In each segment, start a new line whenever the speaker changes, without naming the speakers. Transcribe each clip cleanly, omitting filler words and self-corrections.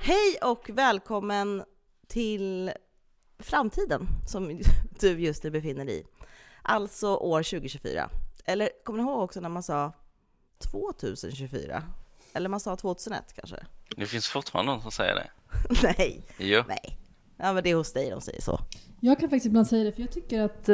Hej och välkommen till framtiden som du just nu befinner dig i. Alltså år 2024. Eller kommer ni ihåg också när man sa 2024? Eller man sa 2001 kanske?
Det finns fortfarande någon som säger det.
Nej.
Jo.
Nej. Ja, men det är hos dig de säger så.
Jag kan faktiskt ibland säga det, för jag tycker att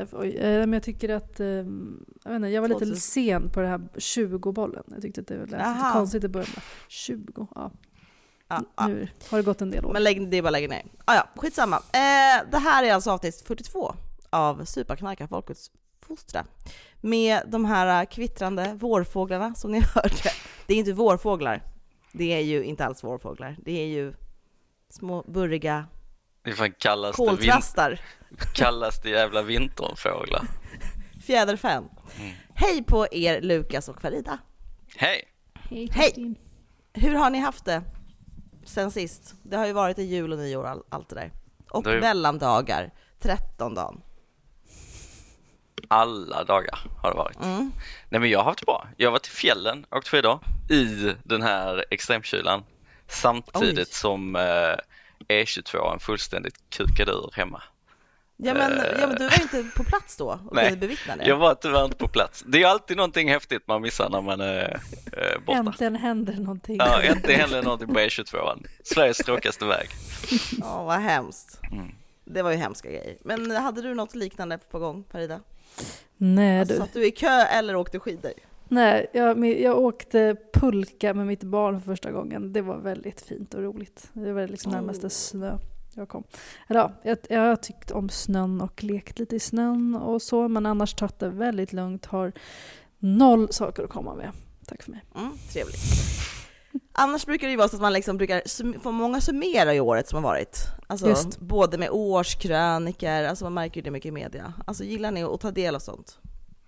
jag vet inte, jag var lite
2000.
sen på det här 20-bollen. Jag tyckte att det var lite konstigt i början. 20, ja. Nu har det gått en del år.
Men det är bara lägga ner. Ja, skitsamma. Det här är alltså avsnitt 42 av Superknarka Folkets fostra. Med de här kvittrande vårfåglarna som ni hörde. Det är inte vårfåglar. Det är ju inte alls vårfåglar. Det är ju små burriga
Det är fan kallaste jävla vinterfåglar.
Fjäderfän. Hej på er Lukas och Farida.
Hej.
Hej.
Hur har ni haft det sen sist? Det har ju varit en jul och nyår allt det där. Och mellandagar, 13 dagar.
Alla dagar har det varit. Nej, men jag har haft det bra. Jag har varit i fjällen, åkt skidor i den här extremkylan. Samtidigt som E22 fullständigt kukade ur hemma.
Ja men du var inte på plats då och kunde bevittna det.
Jag var tyvärr inte på plats. Det är alltid någonting häftigt man missar när man är borta.
Äntligen händer någonting.
Ja, äntligen händer någonting på E22. Sveriges tråkigaste väg.
Ja, vad hemskt. Det var ju hemska grejer. Men hade du något liknande på gång, Farida?
Nej,
alltså, satt du i kö eller åkte skidor?
Nej, jag åkte pulka med mitt barn för första gången. Det var väldigt fint och roligt. Det var liksom närmaste snö jag kom. Eller, ja, jag har tyckt om snön och lekt lite i snön och så. Men annars tagit det väldigt lugnt. Har 0 saker att komma med. Tack för mig.
Trevligt. Annars brukar det ju vara så att man liksom brukar få många summera i året som har varit. Alltså både med årskrönikor, alltså man märker ju det mycket i media. Alltså gillar ni att ta del av sånt?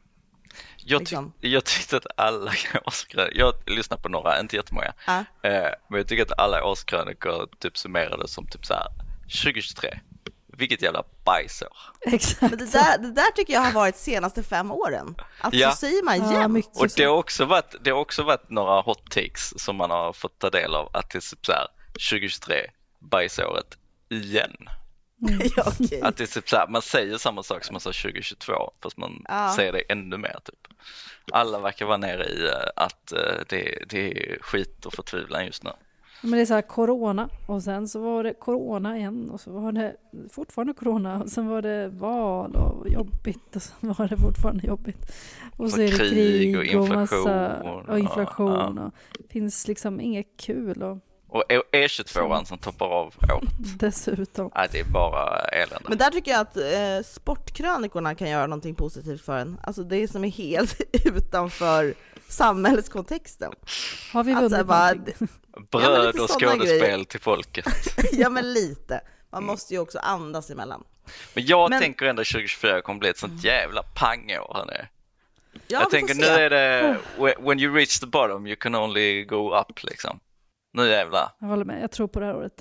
Jag tyckte att alla årskrönikor, jag lyssnar på några, inte jättemånga, men jag tycker att alla årskrönikor typ summerade som typ så här 2023. Vilket jävla bajsår.
Exakt.
Men det där tycker jag har varit senaste 5 åren. Alltså så säger man jämt.
Och det har också varit några hot takes som man har fått ta del av, att det är typ så här 2023 bajsåret igen.
Ja, okay.
Att det är typ så här, man säger samma sak som man sa 2022 fast man säger det ännu mer typ. Alla verkar vara nere i att det är skit och förtvivlan just nu.
Men det är så här corona och sen så var det corona igen och så var det fortfarande corona och sen var det val och jobbigt och så var det fortfarande jobbigt. Och så är det krig och inflation och det finns liksom inget kul
och E22 som toppar av året.
Dessutom.
Nej, det är bara elände.
Men där tycker jag att sportkrönikorna kan göra någonting positivt för en. Alltså det som är helt utanför samhällskontexten.
Har vi vunnit någonting?
Bröd och skådespel till folket.
Ja, men lite. Man måste ju också andas emellan.
Men jag tänker ändå 2024 kommer bli ett sånt jävla pangår, hörni.
Ja,
jag tänker nu är det when you reach the bottom you can only go up liksom. Nu jävlar.
Jag håller med, jag tror på det här året.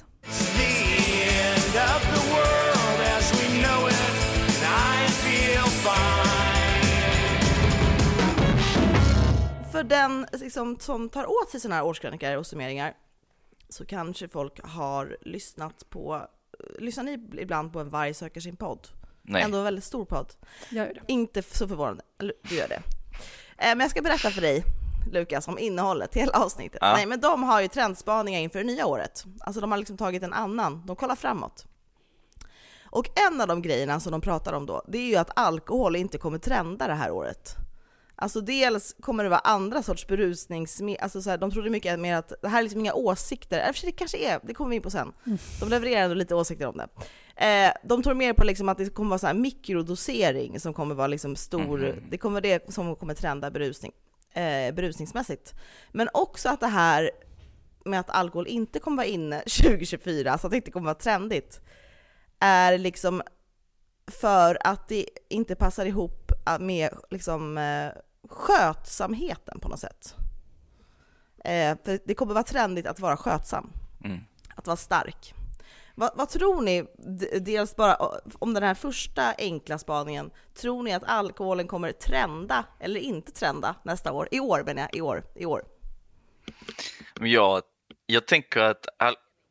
För den liksom, som tar åt sig såna här årskrönikor och summeringar, så kanske folk har lyssnar ni ibland på En varg söker sin podd?
Nej.
Ändå en väldigt stor podd.
Jag gör det.
Inte så förvånande, eller du gör det. Men jag ska berätta för dig, Lukas, om innehållet i hela avsnittet. Nej, men de har ju trendspaningar inför det nya året. Alltså de har liksom tagit de kollar framåt. Och en av de grejerna som de pratar om då, det är ju att alkohol inte kommer trenda det här året. Alltså dels kommer det vara andra sorts berusningsmedel, alltså så här, de trodde mycket mer att det här är liksom inga åsikter, eller det kanske är, det kommer vi in på sen. De levererar ändå lite åsikter om det. De tror mer på liksom att det kommer vara så här mikrodosering som kommer vara liksom stor, det kommer det som kommer trenda berusningsmässigt. Men också att det här med att alkohol inte kommer vara inne 2024, så att det inte kommer vara trendigt, är liksom för att det inte passar ihop med liksom skötsamheten på något sätt. För det kommer vara trendigt att vara skötsam, att vara stark. Vad tror ni, dels bara om den här första enkla spaningen, tror ni att alkoholen kommer trenda eller inte trenda nästa år? I år menar jag, i år.
Men jag tänker att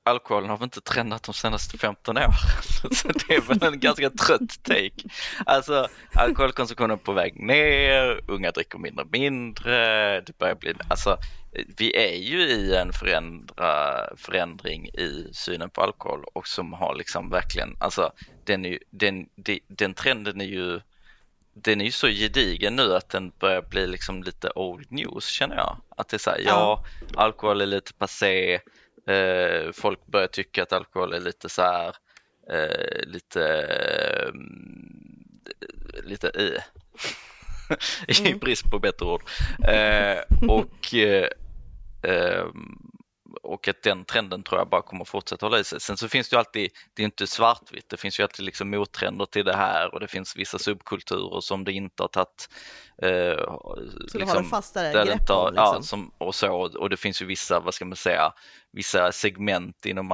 alkoholen har väl inte trendat de senaste 15 åren. Så det är väl en ganska trött take. Alltså alkoholkonsumtionen är på väg ner, unga dricker mindre, det börjar bli, alltså vi är ju i en förändring i synen på alkohol och som har liksom verkligen, alltså den trenden är ju, den är ju så gedigen nu att den börjar bli liksom lite old news, känner jag. Att det är så här, alkohol är lite passé, folk börjar tycka att alkohol är lite så här, i brist på bättre ord. Och att den trenden tror jag bara kommer fortsätta hålla i sig. Sen så finns det ju alltid, det är inte svartvitt, det finns ju alltid liksom mottrender till det här och det finns vissa subkulturer som det inte har tagit
så liksom, har fastare grepp om, liksom.
Och det finns ju vissa, vad ska man säga, vissa segment inom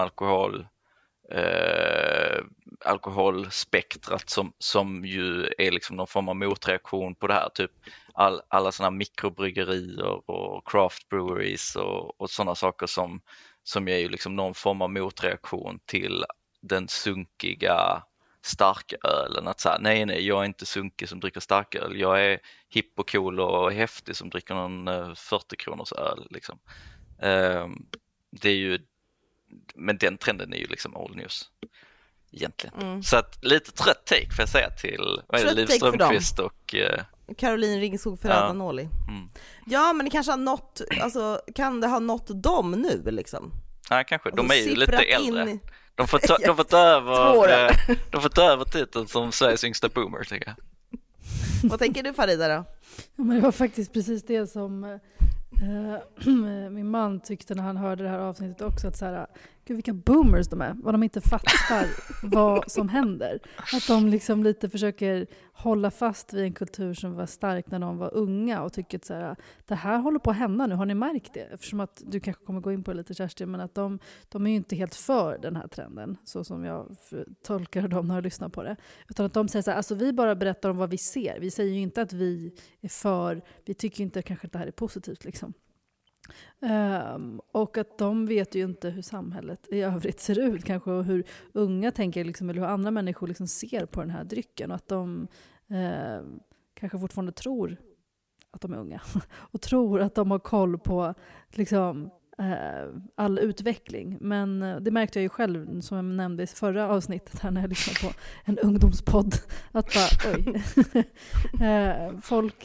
alkoholspektrat som ju är liksom någon form av motreaktion på det här, typ alla sådana mikrobryggerier och craft breweries och sådana saker som är ju liksom någon form av motreaktion till den sunkiga starkölen, att säga nej, jag är inte sunkig som dricker starköl, jag är hipp och cool och häftig som dricker någon 40 kronors öl liksom. Det är ju, men den trenden är ju liksom old news egentligen. Så att lite trött take får jag säga till Liv Strömquist och
Caroline Ringskog Ferrada Nåli. Ja, men det kanske har nått, alltså kan det ha nått dem nu liksom?
Ja, kanske.
Alltså,
de är ju lite äldre. De får ta över titeln som Sveriges yngsta boomer, tycker jag.
Vad tänker du, Farida, då?
Ja, men det var faktiskt precis det som min man tyckte när han hörde det här avsnittet också, att så här, gud vilka boomers de är, vad de inte fattar vad som händer, att de liksom lite försöker hålla fast vid en kultur som var stark när de var unga och tycker att så här, det här håller på att hända nu, har ni märkt det? Eftersom att du kanske kommer gå in på det lite, Kerstin, men att de är ju inte helt för den här trenden, så som jag tolkar dem när jag lyssnar på det, utan att de säger så här, alltså vi bara berättar om vad vi ser, vi säger ju inte att vi är för, vi tycker inte kanske att det här är positivt liksom. Och att de vet ju inte hur samhället i övrigt ser ut kanske, och hur unga tänker liksom, eller hur andra människor liksom ser på den här drycken, och att de kanske fortfarande tror att de är unga och tror att de har koll på liksom all utveckling. Men det märkte jag ju själv, som jag nämnde i förra avsnittet här när jag lyssnade på en ungdomspodd, att bara, folk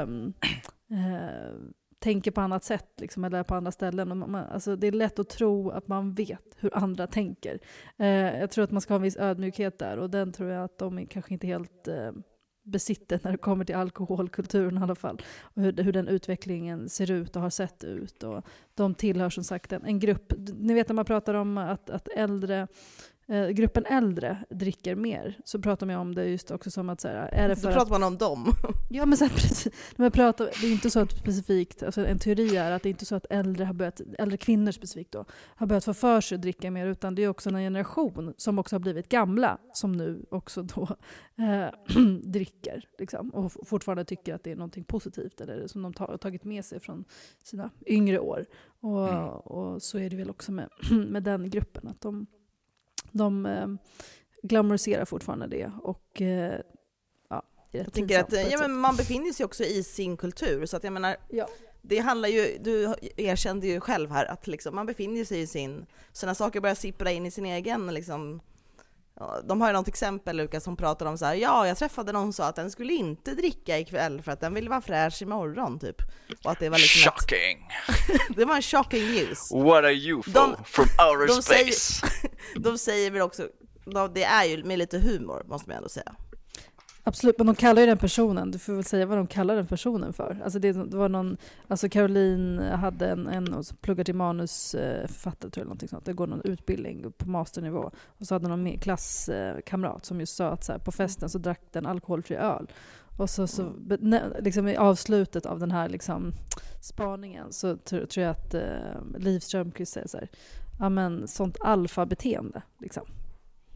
tänker på annat sätt liksom, eller på andra ställen. Alltså, det är lätt att tro att man vet hur andra tänker. Jag tror att man ska ha en viss ödmjukhet där, och den tror jag att de kanske inte helt besitter när det kommer till alkoholkulturen i alla fall. Och hur den utvecklingen ser ut och har sett ut. Och de tillhör som sagt en grupp. Ni vet när man pratar om att gruppen äldre dricker mer, så pratar man om det just också som att så här, är det för
så pratar man om dem.
Ja, men så här, precis, det är inte så att specifikt, alltså en teori är att det är inte så att äldre kvinnor specifikt då har börjat få för sig att dricka mer, utan det är också en generation som också har blivit gamla som nu också då dricker liksom, och fortfarande tycker att det är någonting positivt, eller som de har tagit med sig från sina yngre år, och så är det väl också med den gruppen, att de glamoriserar fortfarande det, och
jag tänker att men man befinner sig också i sin kultur, så att jag menar, det handlar ju, du erkände ju själv här att liksom, man befinner sig i sådana saker börjar sippra in i sin egen liksom. De har ju något exempel, Lukas, som pratar om så här, jag träffade någon som sa att den skulle inte dricka ikväll för att den ville vara fräsch imorgon typ. Och att det var liksom
shocking.
Det var en shocking news.
What are you from outer space?
De säger väl också, det är ju med lite humor, måste man ändå säga.
Absolut, men de kallar ju den personen, du får väl säga vad de kallar den personen för. Alltså det var någon, alltså Caroline hade en pluggar till manusförfattare, tror jag, någonting sånt. Det går någon utbildning på masternivå, och så hade någon klasskamrat som just sa att så här, på festen så drack den alkoholfri öl. Och så liksom i avslutet av den här liksom spaningen så tror jag att Liv Strömquist säger så här, ja men sånt alfabeteende liksom.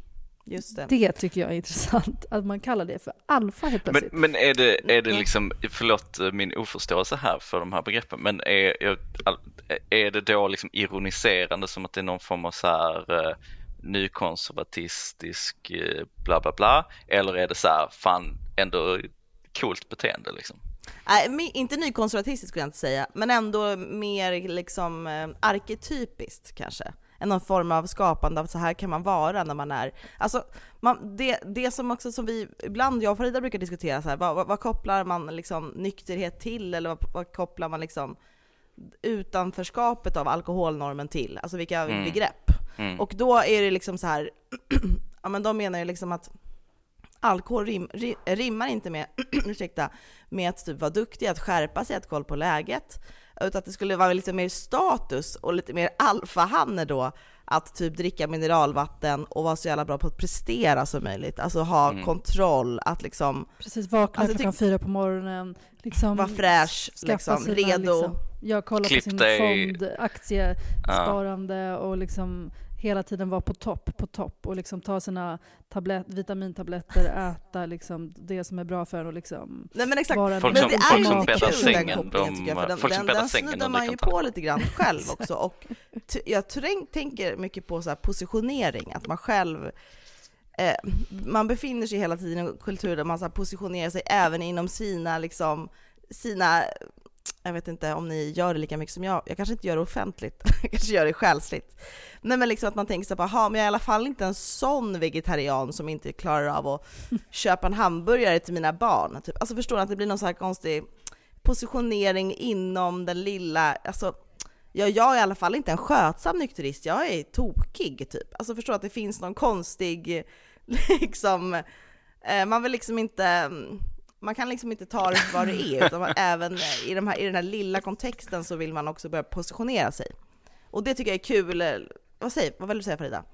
Just det.
Det tycker jag är intressant, att man kallar det för alfa helt plötsligt.
Men är det liksom, förlåt min oförståelse här för de här begreppen, men är det då liksom ironiserande som att det är någon form av så här nykonservatistisk bla bla bla, eller är det så här fan ändå coolt beteende liksom?
Nej, inte nykonservatistisk skulle jag inte säga, men ändå mer liksom arketypiskt kanske. Någon form av skapande av så här kan man vara när man är, alltså det som också som vi ibland, jag och Farida brukar diskutera så här, vad kopplar man liksom nykterhet till, eller vad kopplar man liksom utanförskapet av alkoholnormen till, alltså vilka begrepp. Och då är det liksom så här ja, men de menar ju liksom att alkohol rimmar inte med ursäkta, med att typ vara duktig, att skärpa sig, att kolla på läget, utan att det skulle vara lite mer status och lite mer alfahanne då att typ dricka mineralvatten och vara så jävla bra på att prestera som möjligt, alltså ha kontroll, att liksom
precis vakna alltså, klockan 4 på morgonen, liksom
vara fräsch, liksom
sina,
redo.
Liksom, jag kollar på sin fond, aktiesparande och liksom hela tiden vara på topp och liksom ta sina vitamintabletter, äta liksom det som är bra för en och liksom.
Nej men exakt.
Folk som bäddar sängen,
den snuddar man ju på lite grann själv också, och jag tänker mycket på så här positionering, att man själv man befinner sig hela tiden i en kultur där man så här positionerar sig även inom sina liksom jag vet inte om ni gör det lika mycket som jag kanske inte gör det offentligt, jag kanske gör det själsligt. Nej, men liksom att man tänker så här, men jag är i alla fall inte en sån vegetarian som inte klarar av att köpa en hamburgare till mina barn. Typ. Alltså förstår ni att det blir någon så här konstig positionering inom den lilla, alltså jag är i alla fall inte en skötsam nykterist, jag är tokig typ. Alltså förstår att det finns någon konstig, liksom, man vill liksom inte... Man kan liksom inte ta det för vad det är, utan även i den här lilla kontexten så vill man också börja positionera sig. Och det tycker jag är kul. Vad vill du säga, Farida?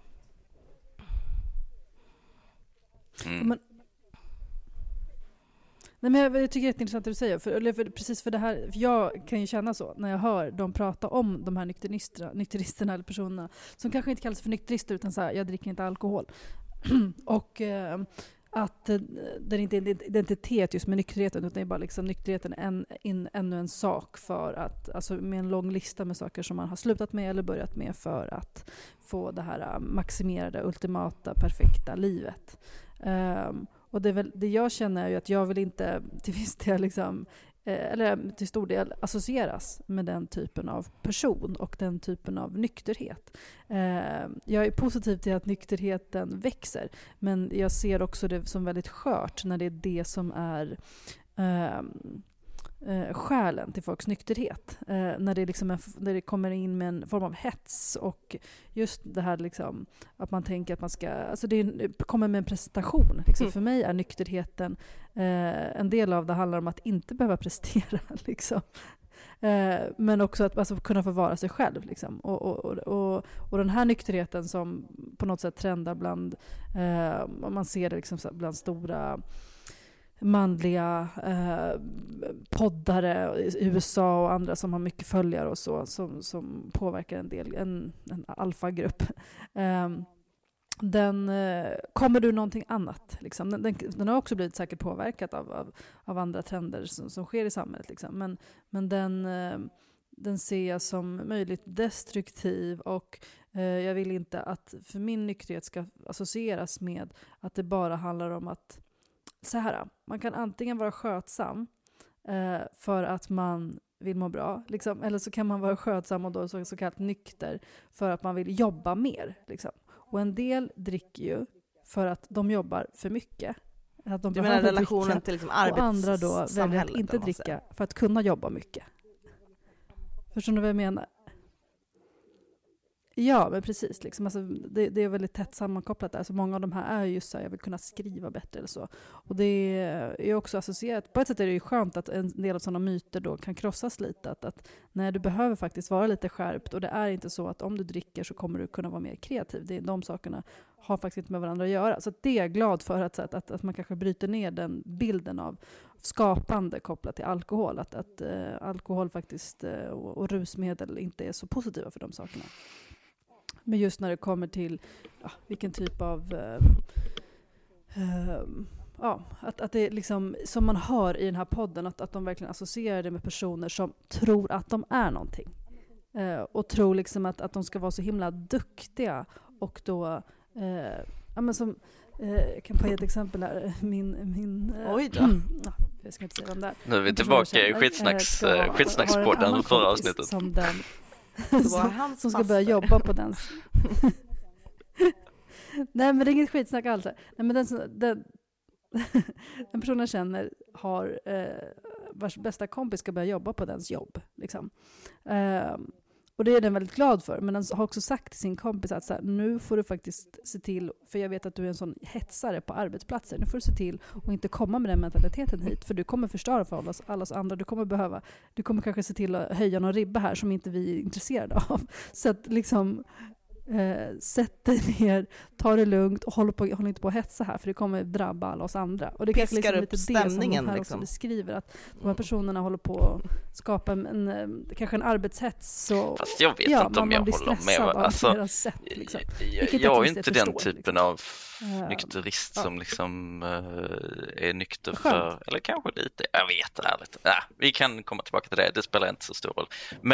Nej, men jag tycker det är intressant det du säger. Precis för det här, för jag kan ju känna så när jag hör dem prata om de här nykteristerna eller personerna som kanske inte kallas för nykterister utan så här, jag dricker inte alkohol. Och... att det inte är identitet just med nykterheten, utan det är bara liksom nykterheten ännu en sak för att, alltså med en lång lista med saker som man har slutat med eller börjat med för att få det här maximerade, ultimata, perfekta livet. Och det är väl det jag känner är ju att jag vill inte till viss del liksom eller till stor del associeras med den typen av person och den typen av nykterhet. Jag är positiv till att nykterheten växer, men jag ser också det som väldigt skört när det är det som är skälen till folks nykterhet. När det liksom när det kommer in med en form av hets och just det här liksom, att man tänker att man ska, alltså det kommer med en prestation. Liksom. För mig är nykterheten en del av det handlar om att inte behöva prestera. Liksom. Men också att alltså, kunna få vara sig själv. Liksom. Och den här nykterheten som på något sätt trendar bland, man ser det liksom bland stora manliga poddare i USA och andra som har mycket följare och så, som påverkar en del, en alfagrupp. Den kommer du någonting annat liksom. Den har också blivit säkert påverkat av andra trender som sker i samhället liksom. Men den ser jag som möjligt destruktiv, och jag vill inte att för min nykterhet ska associeras med att det bara handlar om att så här, man kan antingen vara skötsam för att man vill må bra, liksom, eller så kan man vara skötsam och då så kallat nykter för att man vill jobba mer. Liksom. Och en del dricker ju för att de jobbar för mycket. Att de behöver
relationen
dricka,
till liksom
och andra då väljer att inte dricka för att kunna jobba mycket. Förstår du vad jag menar? Ja, men precis. Liksom. Alltså, det är väldigt tätt sammankopplat där. Alltså, många av de här är just så här, jag vill kunna skriva bättre eller så. Och det är också associerat. På ett sätt är det ju skönt att en del av sådana myter då kan krossas lite. Att nej, du behöver faktiskt vara lite skärpt. Och det är inte så att om du dricker så kommer du kunna vara mer kreativ. De sakerna har faktiskt inte med varandra att göra. Så det är jag glad för att man kanske bryter ner den bilden av skapande kopplat till alkohol. Att alkohol faktiskt och rusmedel inte är så positiva för de sakerna. Men just när det kommer till vilken typ av att det är liksom, som man hör i den här podden, att de verkligen associerar det med personer som tror att de är någonting. Och tror liksom att de ska vara så himla duktiga. Och då, men som, jag kan ta ett exempel här.
Oj då.
Jag ska inte säga vem det är.
Nu är vi tillbaka i skitsnackspodden förra avsnittet.
Som som ska börja jobba på den. Nej, men det är inget skitsnack alls. Nej, men den personen känner har vars bästa kompis ska börja jobba på dens jobb. Liksom. Och det är den väldigt glad för. Men den har också sagt till sin kompis att så här, nu får du faktiskt se till, för jag vet att du är en sån hetsare på arbetsplatser. Nu får du se till och inte komma med den mentaliteten hit. För du kommer förstöra för alla oss andra. Du kommer kanske se till att höja någon ribba här som inte vi är intresserade av. Så att liksom sätt dig ner, ta det lugnt och håll inte på att hetsa här, för det kommer drabba alla oss andra. Och det kanske liksom lite stämningen det som här liksom också beskriver, att de här personerna håller på att skapa kanske en arbetshets. Så,
fast jag vet inte om jag håller med. Alltså, sätt, liksom. Jag är inte den typen liksom av nykterist som liksom är nykter för, eller kanske lite, jag vet ärligt. Vi kan komma tillbaka till det spelar inte så stor roll.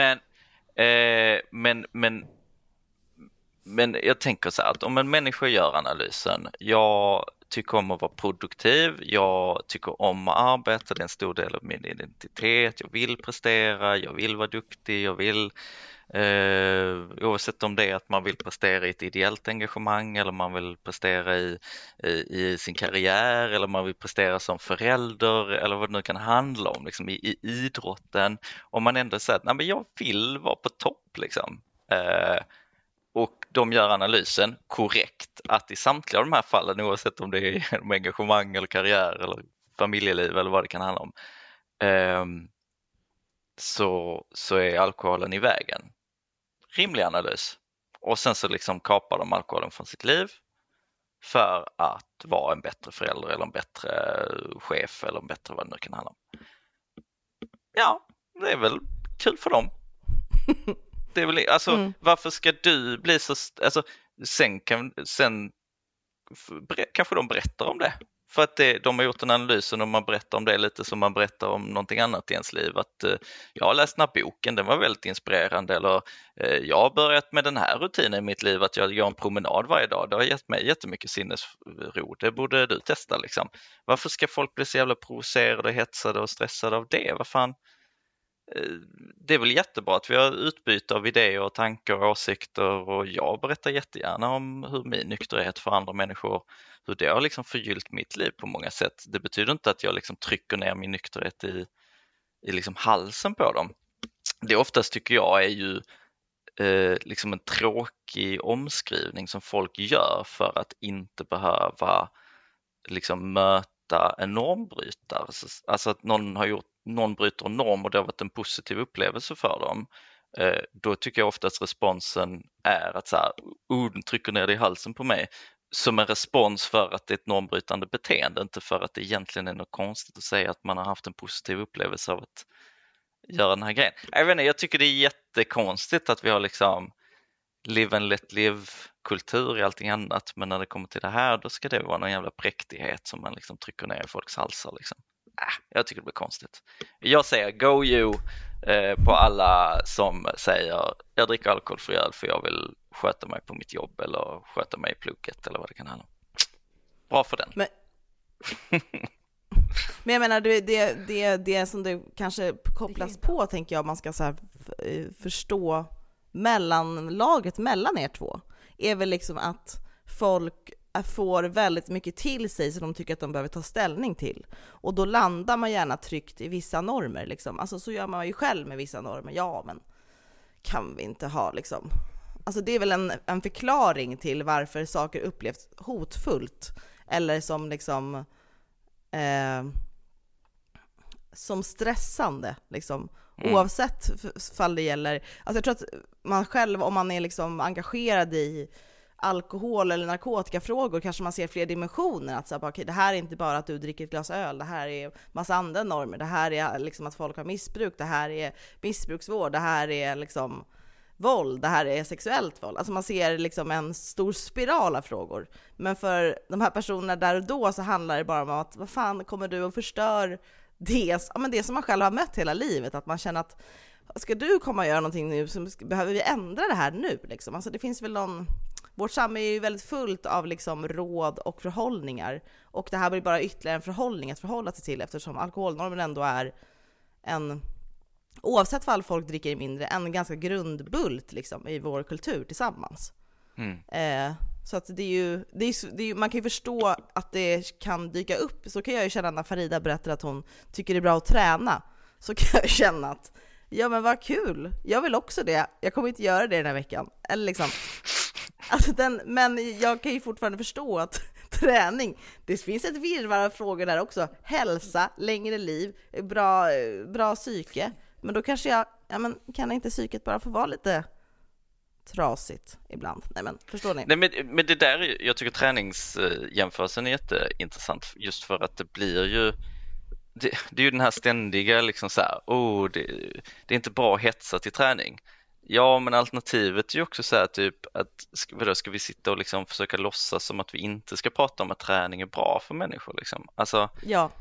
Men jag tänker så här, att om en människa gör analysen, jag tycker om att vara produktiv, jag tycker om att arbeta, det är en stor del av min identitet, jag vill prestera, jag vill vara duktig, jag vill, oavsett om det är att man vill prestera i ett ideellt engagemang eller man vill prestera i sin karriär eller man vill prestera som förälder eller vad det nu kan handla om, liksom i idrotten, om man ändå säger att nej, men jag vill vara på topp liksom. Och de gör analysen korrekt att i samtliga av de här fallen, oavsett om det är genom engagemang eller karriär eller familjeliv eller vad det kan handla om, så är alkoholen i vägen. Rimlig analys. Och sen så liksom kapar de alkoholen från sitt liv för att vara en bättre förälder eller en bättre chef eller en bättre vad det nu kan handla om. Ja, det är väl kul för dem. Det är väl, alltså, varför ska du bli så... Alltså, sen kanske de berättar om det. För att de har gjort en analys och man berättar om det lite som man berättar om någonting annat i ens liv. Att jag har läst den här boken, den var väldigt inspirerande. Eller jag har börjat med den här rutinen i mitt liv, att jag gör en promenad varje dag. Det har gett mig jättemycket sinnesro. Det borde du testa liksom. Varför ska folk bli så jävla provocerade, hetsade och stressade av det? Vad fan? Det är väl jättebra att vi har utbyte av idéer och tankar och åsikter, och jag berättar jättegärna om hur min nykterhet för andra människor, hur det har liksom förgyllt mitt liv på många sätt. Det betyder inte att jag liksom trycker ner min nykterhet i liksom halsen på dem. Det oftast tycker jag är ju liksom en tråkig omskrivning som folk gör för att inte behöva liksom möta en normbrytare. Alltså att någon bryter en norm och det har varit en positiv upplevelse för dem. Då tycker jag oftast responsen är att så här, den trycker ner det i halsen på mig, som en respons för att det är ett normbrytande beteende, inte för att det egentligen är något konstigt att säga att man har haft en positiv upplevelse av att göra den här grejen. Jag tycker det är jättekonstigt att vi har liksom live and let live-kultur i allting annat, men när det kommer till det här, då ska det vara någon jävla präktighet som man liksom trycker ner i folks halsar liksom. Jag tycker det blir konstigt. Jag säger go you på alla som säger jag dricker alkoholfri öl för jag vill sköta mig på mitt jobb eller sköta mig i plugget eller vad det kan handla om. Bra för den.
Men jag menar, det som det kanske kopplas på, tänker jag, man ska så här förstå mellanlaget mellan er två, är väl liksom att folk får väldigt mycket till sig som de tycker att de behöver ta ställning till. Och då landar man gärna tryggt i vissa normer. Liksom. Alltså så gör man ju själv med vissa normer. Ja, men kan vi inte ha liksom... Alltså det är väl en förklaring till varför saker upplevs hotfullt. Eller som liksom... som stressande liksom. Oavsett fall det gäller... Alltså jag tror att man själv, om man är liksom engagerad i alkohol eller narkotikafrågor, kanske man ser fler dimensioner, att säga, okay, det här är inte bara att du dricker ett glas öl, det här är massa andra normer, det här är liksom att folk har missbruk, det här är missbruksvård, det här är liksom våld, det här är sexuellt våld. Alltså man ser liksom en stor spiral av frågor. Men för de här personerna där och då så handlar det bara om att vad fan kommer du och förstör det som man själv har mött hela livet, att man känner att ska du komma och göra någonting nu så behöver vi ändra det här nu liksom. Alltså det finns väl vårt samhälle är ju väldigt fullt av liksom råd och förhållningar, och det här blir bara ytterligare en förhållning att förhålla sig till, eftersom alkoholnormen ändå är oavsett vad folk dricker mindre, en ganska grundbult liksom i vår kultur tillsammans. Så att det är ju, man kan ju förstå att det kan dyka upp. Så kan jag ju känna när Farida berättar att hon tycker det är bra att träna, så kan jag känna att ja men vad kul, jag vill också det, jag kommer inte göra det den här veckan. Eller liksom, alltså men jag kan ju fortfarande förstå att träning, det finns ett virrvarr av frågor där också. Hälsa, längre liv, bra psyke. Men då kanske kan inte psyket bara få vara lite trasigt ibland? Nej men, förstår ni?
Nej, men det där, jag tycker träningsjämförelsen är jätteintressant, just för att det blir ju det är ju den här ständiga liksom så här, det är inte bra att hetsa till träning. Ja, men alternativet är ju också så här typ att ska vi sitta och liksom försöka låtsas som att vi inte ska prata om att träning är bra för människor liksom. Alltså
ja.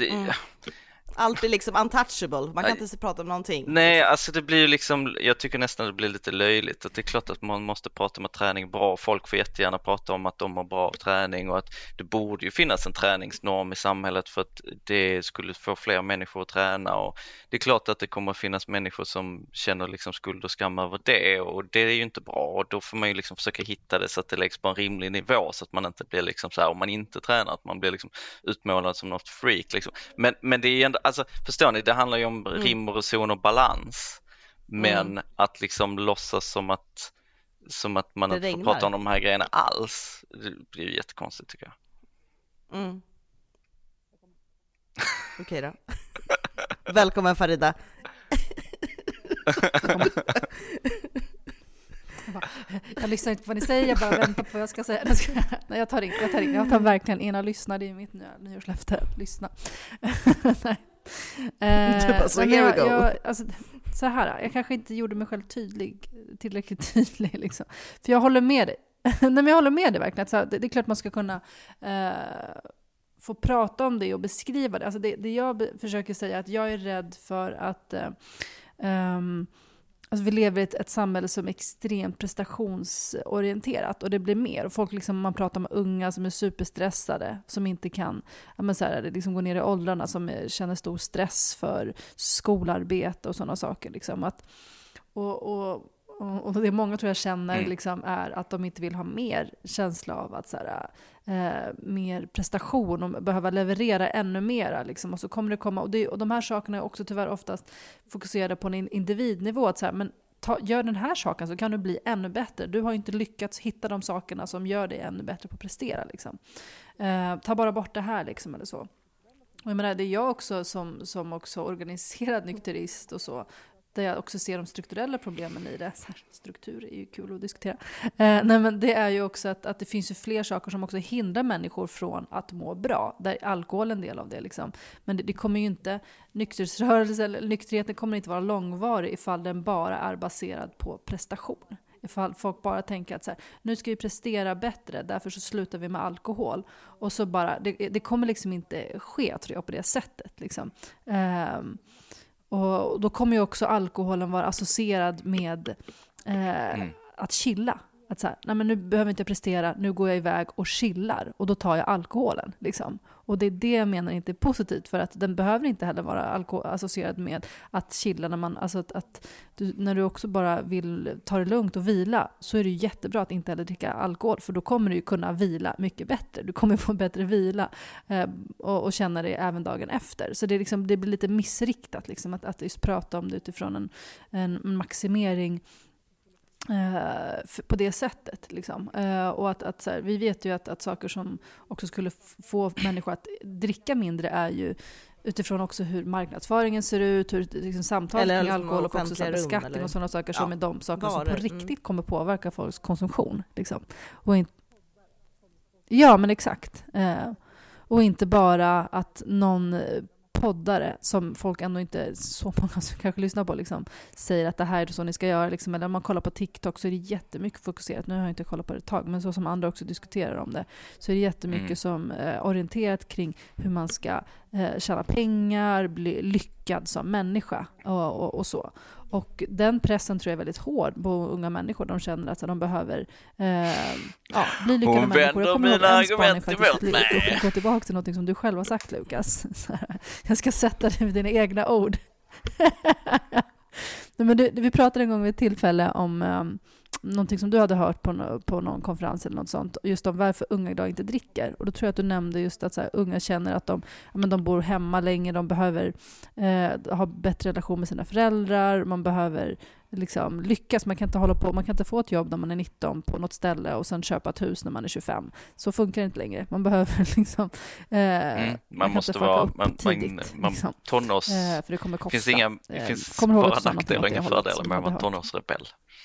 Allt blir liksom untouchable. Man kan inte prata om någonting.
Nej,
liksom.
Alltså det blir ju liksom, jag tycker nästan det blir lite löjligt. Att det är klart att man måste prata om att träning är bra. Folk får jättegärna prata om att de har bra träning, och att det borde ju finnas en träningsnorm i samhället för att det skulle få fler människor att träna. Och det är klart att det kommer att finnas människor som känner liksom skuld och skam över det, och det är ju inte bra. Och då får man ju liksom försöka hitta det så att det läggs på en rimlig nivå, så att man inte blir liksom så här, om man inte tränar, att man blir liksom utmålad som något freak liksom. Men det är ändå, alltså, förstår ni, det handlar ju om rim och reson och balans. Men att liksom låtsas som att man inte får prata om de här grejerna alls, det blir ju jättekonstigt tycker jag.
Okej då. Välkommen Farida.
Jag lyssnar inte på vad ni säger, jag bara väntar på vad jag ska säga. Nej, jag tar inte. Jag tar verkligen ena lyssna, det är mitt nyårslöfte att lyssna. Nej. Så här, jag kanske inte gjorde mig själv tillräckligt tydlig liksom. För jag håller med dig. Nej, men jag håller med dig verkligen. Så det är klart man ska kunna få prata om det och beskriva det. Alltså det jag försöker säga är att jag är rädd för att alltså vi lever i ett samhälle som är extremt prestationsorienterat, och det blir mer. Och folk liksom, man pratar om unga som är superstressade, som inte kan det liksom gå ner i åldrarna, som känner stor stress för skolarbete och sådana saker. Liksom. Och det många tror jag känner liksom, är att de inte vill ha mer känsla av att mer prestation och behöva leverera ännu mera liksom. Och så kommer det komma, och de här sakerna är också tyvärr oftast fokuserade på en individnivå, att men gör den här saken så kan du bli ännu bättre. Du har inte lyckats hitta de sakerna som gör dig ännu bättre på att prestera liksom. Ta bara bort det här liksom, eller så. Och jag menar, det är jag också som också organiserad nykterist och så, där jag också ser de strukturella problemen i det. Struktur är ju kul att diskutera. Nej, men det är ju också att det finns ju fler saker som också hindrar människor från att må bra. Där är alkohol en del av det. Liksom. Men det kommer ju inte, nykterhetsrörelse eller nykterheten kommer inte vara långvarig ifall den bara är baserad på prestation. Ifall folk bara tänker att nu ska vi prestera bättre, därför så slutar vi med alkohol. Och så bara, det kommer liksom inte ske, tror jag, på det sättet. Liksom. Och då kommer ju också alkoholen vara associerad med att chilla. Att nej men nu behöver jag inte prestera, nu går jag iväg och chillar. Och då tar jag alkoholen. Liksom. Och det är det jag menar inte är positivt. För att den behöver inte heller vara associerad med att chilla. När du också bara vill ta det lugnt och vila, så är det ju jättebra att inte heller dricka alkohol. För då kommer du ju kunna vila mycket bättre. Du kommer få bättre vila och känna det även dagen efter. Så det blir lite missriktat liksom, att just prata om det utifrån en maximering på det sättet liksom. Och att vi vet ju att saker som också skulle få människor att dricka mindre är ju utifrån också hur marknadsföringen ser ut, hur liksom, samtal kring alkohol och också beskattning och sådana saker som är de saker som på riktigt kommer påverka folks konsumtion liksom. Ja, men exakt. Och inte bara att någon poddare som folk ändå inte, så många som kanske lyssnar på liksom, säger att det här är så ni ska göra liksom, eller om man kollar på TikTok så är det jättemycket fokuserat, nu har jag inte kollat på det ett tag, men så som andra också diskuterar om det, så är det jättemycket som orienterat kring hur man ska tjäna pengar, bli lyckad som människa och så. Och den pressen tror jag är väldigt hård på unga människor. De känner att de behöver bli lyckade människor. Jag kommer ihåg en spaning faktiskt. Gå tillbaka till något som du själv har sagt, Lukas. Jag ska sätta det med dina egna ord. Men vi pratade en gång vid ett tillfälle om någonting som du hade hört på någon konferens eller något sånt, just om varför unga idag inte dricker. Och då tror jag att du nämnde just att så här, unga känner att de bor hemma länge, de behöver ha bättre relation med sina föräldrar, man behöver liksom lyckas, man kan inte få ett jobb när man är 19 på något ställe och sen köpa ett hus när man är 25. Så funkar det inte längre. Man behöver liksom
man måste vara tidigt, liksom. Tonårs
för det kommer kosta.
Det finns bara nackdelar och inga fördelar med att vara tonårsrebell.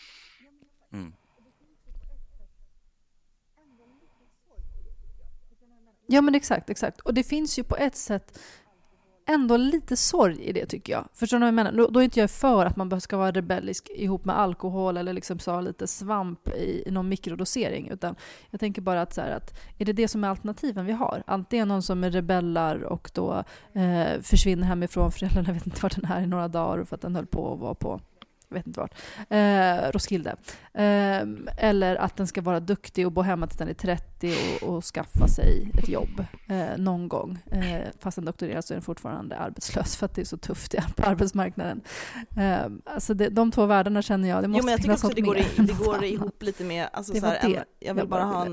Ja, men exakt. Och det finns ju på ett sätt ändå lite sorg i det, tycker jag. Förstår du vad jag menar? Då är inte jag för att man ska vara rebellisk ihop med alkohol eller liksom så lite svamp i någon mikrodosering, utan jag tänker bara att, så här, att är det som är alternativen vi har? Antingen någon som är rebellar och då försvinner hemifrån, föräldrarna vet inte var den är i några dagar för att den höll på att vara på, jag vet inte vart, Roskilde. Eller att den ska vara duktig och bo hemma tills den är 30 och skaffa sig ett jobb någon gång. Fast den doktorerar så är den fortfarande arbetslös för att det är så tufft på arbetsmarknaden. Alltså de två världarna känner jag, det måste
jag tycker också det går
ihop
ihop lite med, alltså, så här, jag vill bara ha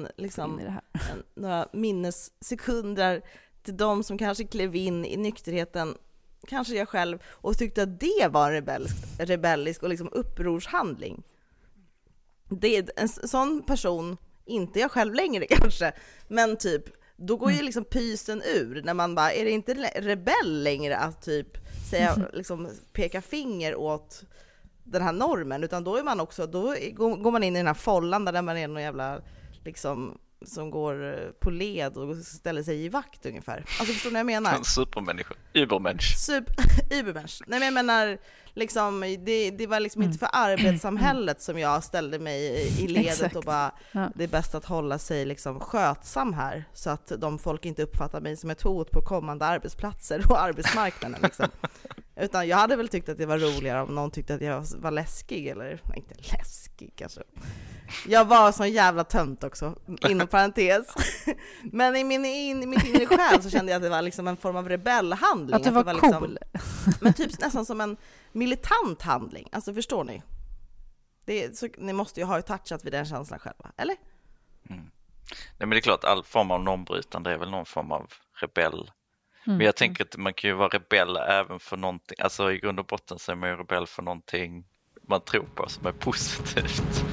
några minnessekunder till de som kanske klev in i nykterheten, kanske jag själv, och tyckte att det var rebellisk och liksom upprorshandling. Det är en sån person, inte jag själv längre kanske, men typ, då går ju liksom pysen ur när man bara, är det inte rebell längre att typ säga, liksom peka finger åt den här normen, utan då är man också, då går man in i den här follan där man är någon jävla liksom som går på led och ställer sig i vakt ungefär. Alltså förstår ni vad jag menar?
En supermänniska. Übermensch.
Übermensch. Nej, men jag menar liksom, det var liksom inte för arbetssamhället som jag ställde mig i ledet. Exakt. Och bara, det är bäst att hålla sig liksom skötsam här så att de folk inte uppfattar mig som ett hot på kommande arbetsplatser och arbetsmarknaden liksom. Utan jag hade väl tyckt att det var roligare om någon tyckte att jag var läskig, eller inte läskig kanske. Jag var sån jävla tönt också, inom parentes. Men i mitt inre själ så kände jag att det var liksom en form av rebellhandling.
Att det var cool.
Liksom, men typ nästan som en militant handling. Alltså förstår ni? Ni måste ju ha touchat vid den känslan själva, eller?
Nej, men det är klart, all form av normbrytande är väl någon form av rebell. Men jag tänker att man kan ju vara rebell även för någonting. Alltså i grund och botten så är man ju rebell för någonting man tror på som är positivt.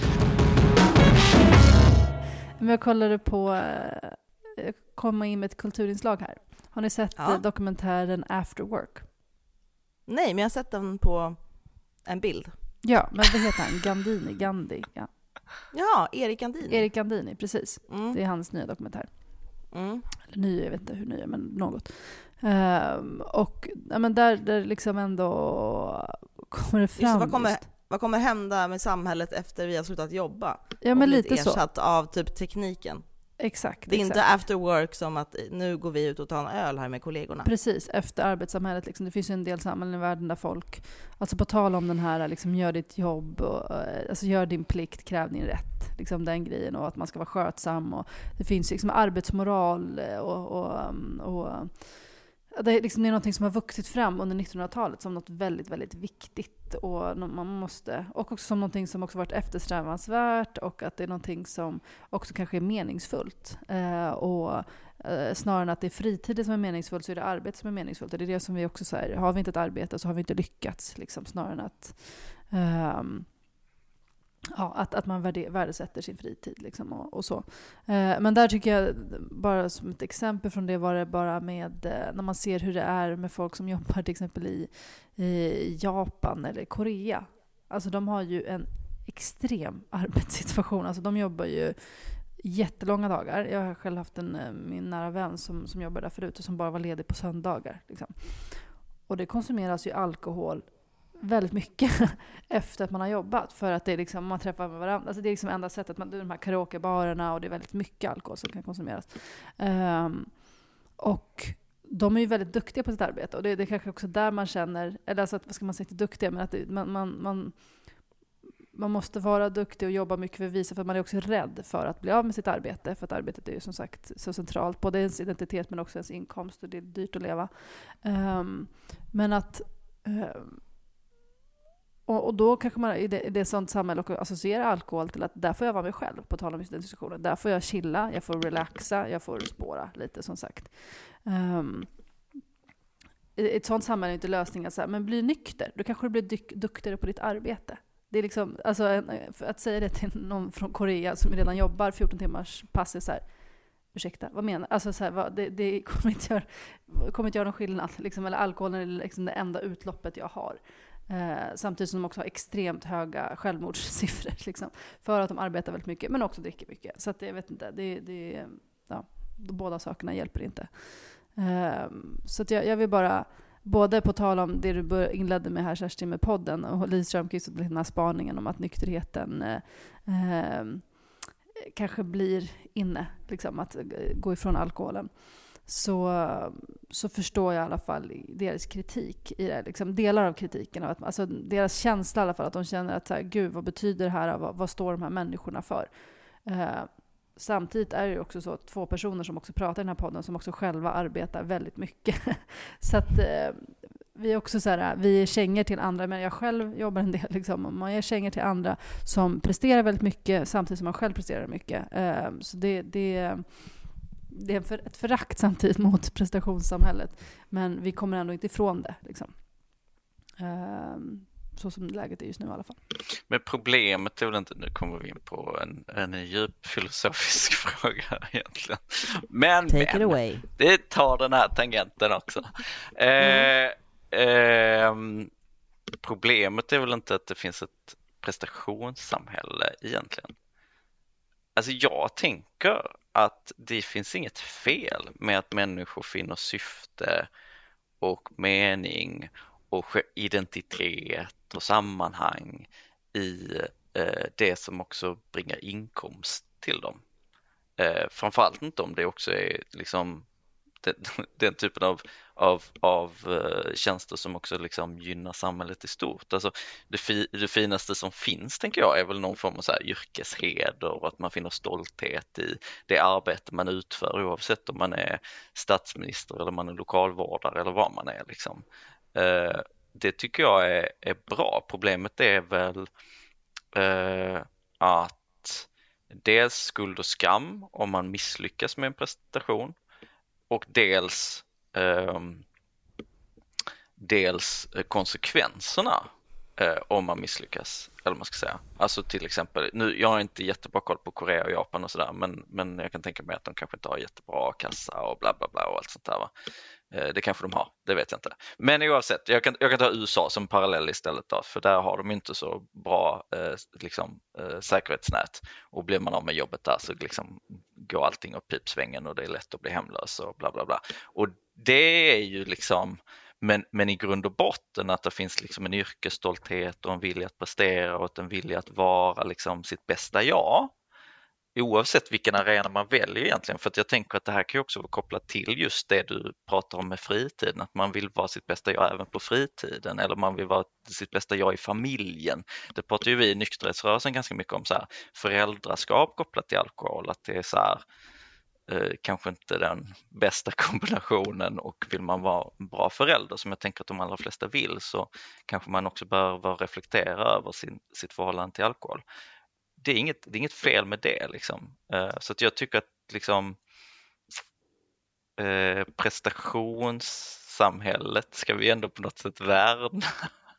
Men jag kollade på komma in med ett kulturinslag här. Har ni sett dokumentären After Work?
Nej, men jag har sett den på en bild.
Ja, men vad heter han? Gandhi. Ja.
Ja, Erik Gandini.
Erik Gandini, precis. Det är hans nya dokumentär. Eller ny, jag vet inte hur ny, men något. Och ja, men där liksom ändå kommer det fram.
Vad kommer hända med samhället efter vi har slutat jobba?
Ja, men lite
ersatt av typ tekniken.
Exakt.
Det är inte after work som att nu går vi ut och tar en öl här med kollegorna.
Precis, efter arbetssamhället. Liksom, det finns ju en del samhällen i världen där folk, alltså på tal om den här, liksom, gör ditt jobb, och, alltså gör din plikt, kräv din rätt. Liksom den grejen, och att man ska vara skötsam. Och det finns liksom arbetsmoral och det är liksom något som har vuxit fram under 1900-talet som något väldigt, väldigt viktigt, och man måste, och också som någonting som också varit eftersträvansvärt, och att det är någonting som också kanske är meningsfullt. Snarare än att det är fritiden som är meningsfullt, så är det arbete som är meningsfullt. Och det är det som vi också säger, har vi inte ett arbete så har vi inte lyckats, liksom, snarare än att man värdesätter sin fritid liksom, och så. Men där tycker jag, bara som ett exempel från det, var det bara med när man ser hur det är med folk som jobbar till exempel i Japan eller Korea. Alltså de har ju en extrem arbetssituation. Alltså de jobbar ju jättelånga dagar. Jag har själv haft min nära vän som jobbade där förut och som bara var ledig på söndagar. Liksom. Och det konsumeras ju alkohol väldigt mycket efter att man har jobbat. För att det är liksom, man träffar med varandra. Alltså det är liksom enda sättet. Det är de här karaokebarerna och det är väldigt mycket alkohol som kan konsumeras. Och de är ju väldigt duktiga på sitt arbete. Och det är kanske också där man känner, eller alltså att, vad ska man säga, inte duktiga, men att man måste vara duktig och jobba mycket för att visa, för att man är också rädd för att bli av med sitt arbete. För att arbetet är ju som sagt så centralt. Både ens identitet men också ens inkomst, och det är dyrt att leva. Men att... Och då kanske man i det sånt samhälle också associerar alkohol till att där får jag vara mig själv, på tal om just den diskussionen. Där får jag chilla, jag får relaxa, jag får spåra lite, som sagt. Ett sånt samhälle är inte lösningen så här, men bli nykter. Då kanske du blir duktigare på ditt arbete. Det är liksom, alltså, att säga det till någon från Korea som redan jobbar 14 timmars pass är så här, ursäkta, vad menar? Alltså så här, det kommer inte göra någon skillnad. Liksom, eller alkoholen är liksom det enda utloppet jag har. Samtidigt som de också har extremt höga självmordssiffror. Liksom, för att de arbetar väldigt mycket, men också dricker mycket. Så att jag vet inte, de båda sakerna hjälper inte. Så att jag vill bara... Både på tal om det du inledde med här, Kerstin, med podden, och Lis Strömquist och den här spaningen om att nykterheten kanske blir inne, liksom, att gå ifrån alkoholen, så förstår jag i alla fall deras kritik i det, liksom, delar av kritiken, att, alltså deras känsla i alla fall, att de känner att så här, gud, vad betyder det här, vad står de här människorna för? Samtidigt är det också så att 2 personer som också pratar i den här podden som också själva arbetar väldigt mycket. Så att vi är också så här, vi känger till andra, men jag själv jobbar en del liksom, man ger känger till andra som presterar väldigt mycket samtidigt som man själv presterar mycket. Så det är ett förakt samtidigt mot prestationssamhället, men vi kommer ändå inte ifrån det liksom. Så som läget är just nu i alla fall.
Men problemet är väl inte, nu kommer vi in på en djup filosofisk fråga egentligen. Men
Take it away.
Det tar den här tangenten också. Problemet är väl inte att det finns ett prestationssamhälle egentligen. Alltså jag tänker att det finns inget fel med att människor finner syfte och mening och identitet och sammanhang i det som också bringar inkomst till dem. Framförallt inte om det också är liksom den typen av tjänster som också liksom gynnar samhället i stort. Alltså det finaste som finns, tänker jag, är väl någon form av så här yrkesheder, och att man finner stolthet i det arbete man utför, oavsett om man är statsminister eller man är lokalvårdare eller vad man är liksom. Det tycker jag är bra. Problemet är väl att dels skuld och skam om man misslyckas med en prestation, och dels konsekvenserna om man misslyckas, eller man ska säga. Alltså till exempel, nu, jag har inte jättebra koll på Korea och Japan och sådär, men jag kan tänka mig att de kanske inte har jättebra kassa och bla bla bla och allt sånt där, va? Det kanske de har, det vet jag inte. Men oavsett, jag kan ta USA som parallell istället då, för där har de inte så bra säkerhetsnät, och blir man av med jobbet där så liksom går allting upp pipsvängen och det är lätt att bli hemlös och bla bla bla. Och det är ju liksom, men i grund och botten att det finns liksom en yrkesstolthet och en vilja att prestera och en vilja att vara liksom sitt bästa jag, oavsett vilken arena man väljer egentligen. För att jag tänker att det här kan ju också vara kopplat till just det du pratar om med fritiden, att man vill vara sitt bästa jag även på fritiden, eller man vill vara sitt bästa jag i familjen. Det pratar ju vi i nykterhetsrörelsen ganska mycket om, så här, föräldraskap kopplat till alkohol, att det är så här, kanske inte den bästa kombinationen, och vill man vara en bra förälder, som jag tänker att de allra flesta vill, så kanske man också bör reflektera över sitt förhållande till alkohol. Det är inget fel med det liksom. Så att jag tycker att liksom prestationssamhället ska vi ändå på något sätt värna.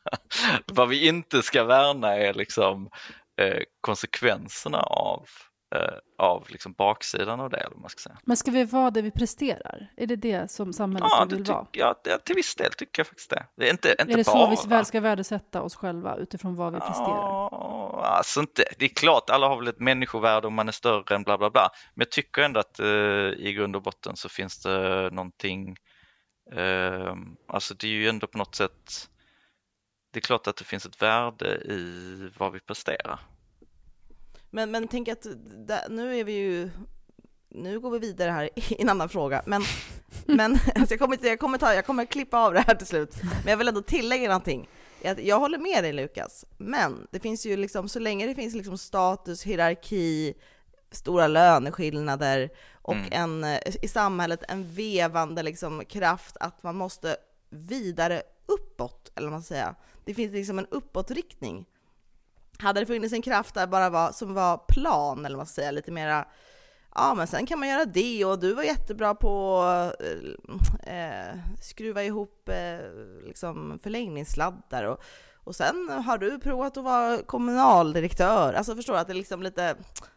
Vad vi inte ska värna är liksom konsekvenserna av av liksom baksidan av det, eller vad man ska säga.
Men ska vi vara det vi presterar? Är det som samhället vill vara?
Ja, till viss del tycker jag faktiskt det. Det är inte
är det
bara,
så vi väl ska värdesätta oss själva utifrån vad vi presterar?
Alltså inte, det är klart, alla har väl ett människovärde om man är större än bla bla bla. Men jag tycker ändå att i grund och botten så finns det någonting, alltså det är ju ändå på något sätt, det är klart att det finns ett värde i vad vi presterar.
Men tänk att nu går vi vidare här i en annan fråga, men alltså jag kommer klippa av det här till slut, men jag vill ändå tillägga någonting. Jag håller med dig, Lukas, men det finns ju liksom, så länge det finns liksom status, hierarki, stora löneskillnader och i samhället en vevande liksom kraft att man måste vidare uppåt, eller vad man säger. Det finns liksom en uppåtriktning. Hade det funnits en kraft där bara som var plan, eller vad man säger, lite mera, ja men sen kan man göra det, och du var jättebra på skruva ihop liksom förlängningssladdar, och sen har du provat att vara kommunaldirektör. Alltså förstår du att det är liksom lite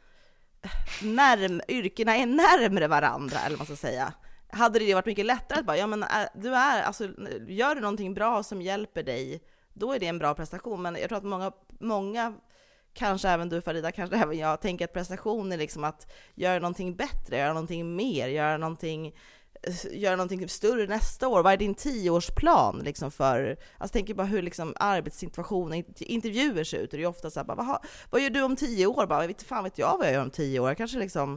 yrkena är närmare varandra, eller vad man ska säga. Hade det varit mycket lättare att bara, ja men alltså gör du någonting bra som hjälper dig, då är det en bra prestation. Men jag tror att många, kanske även du Farida, kanske även jag, tänker att prestation är liksom att göra någonting bättre, göra någonting mer, göra någonting större nästa år. Vad är din 10-årsplan liksom för, alltså tänker bara hur liksom arbetssituationen, intervjuer ser ut. Det är ju ofta så här, bara, vad gör du om 10 år? Bara, vet jag vad jag gör om 10 år? Kanske liksom,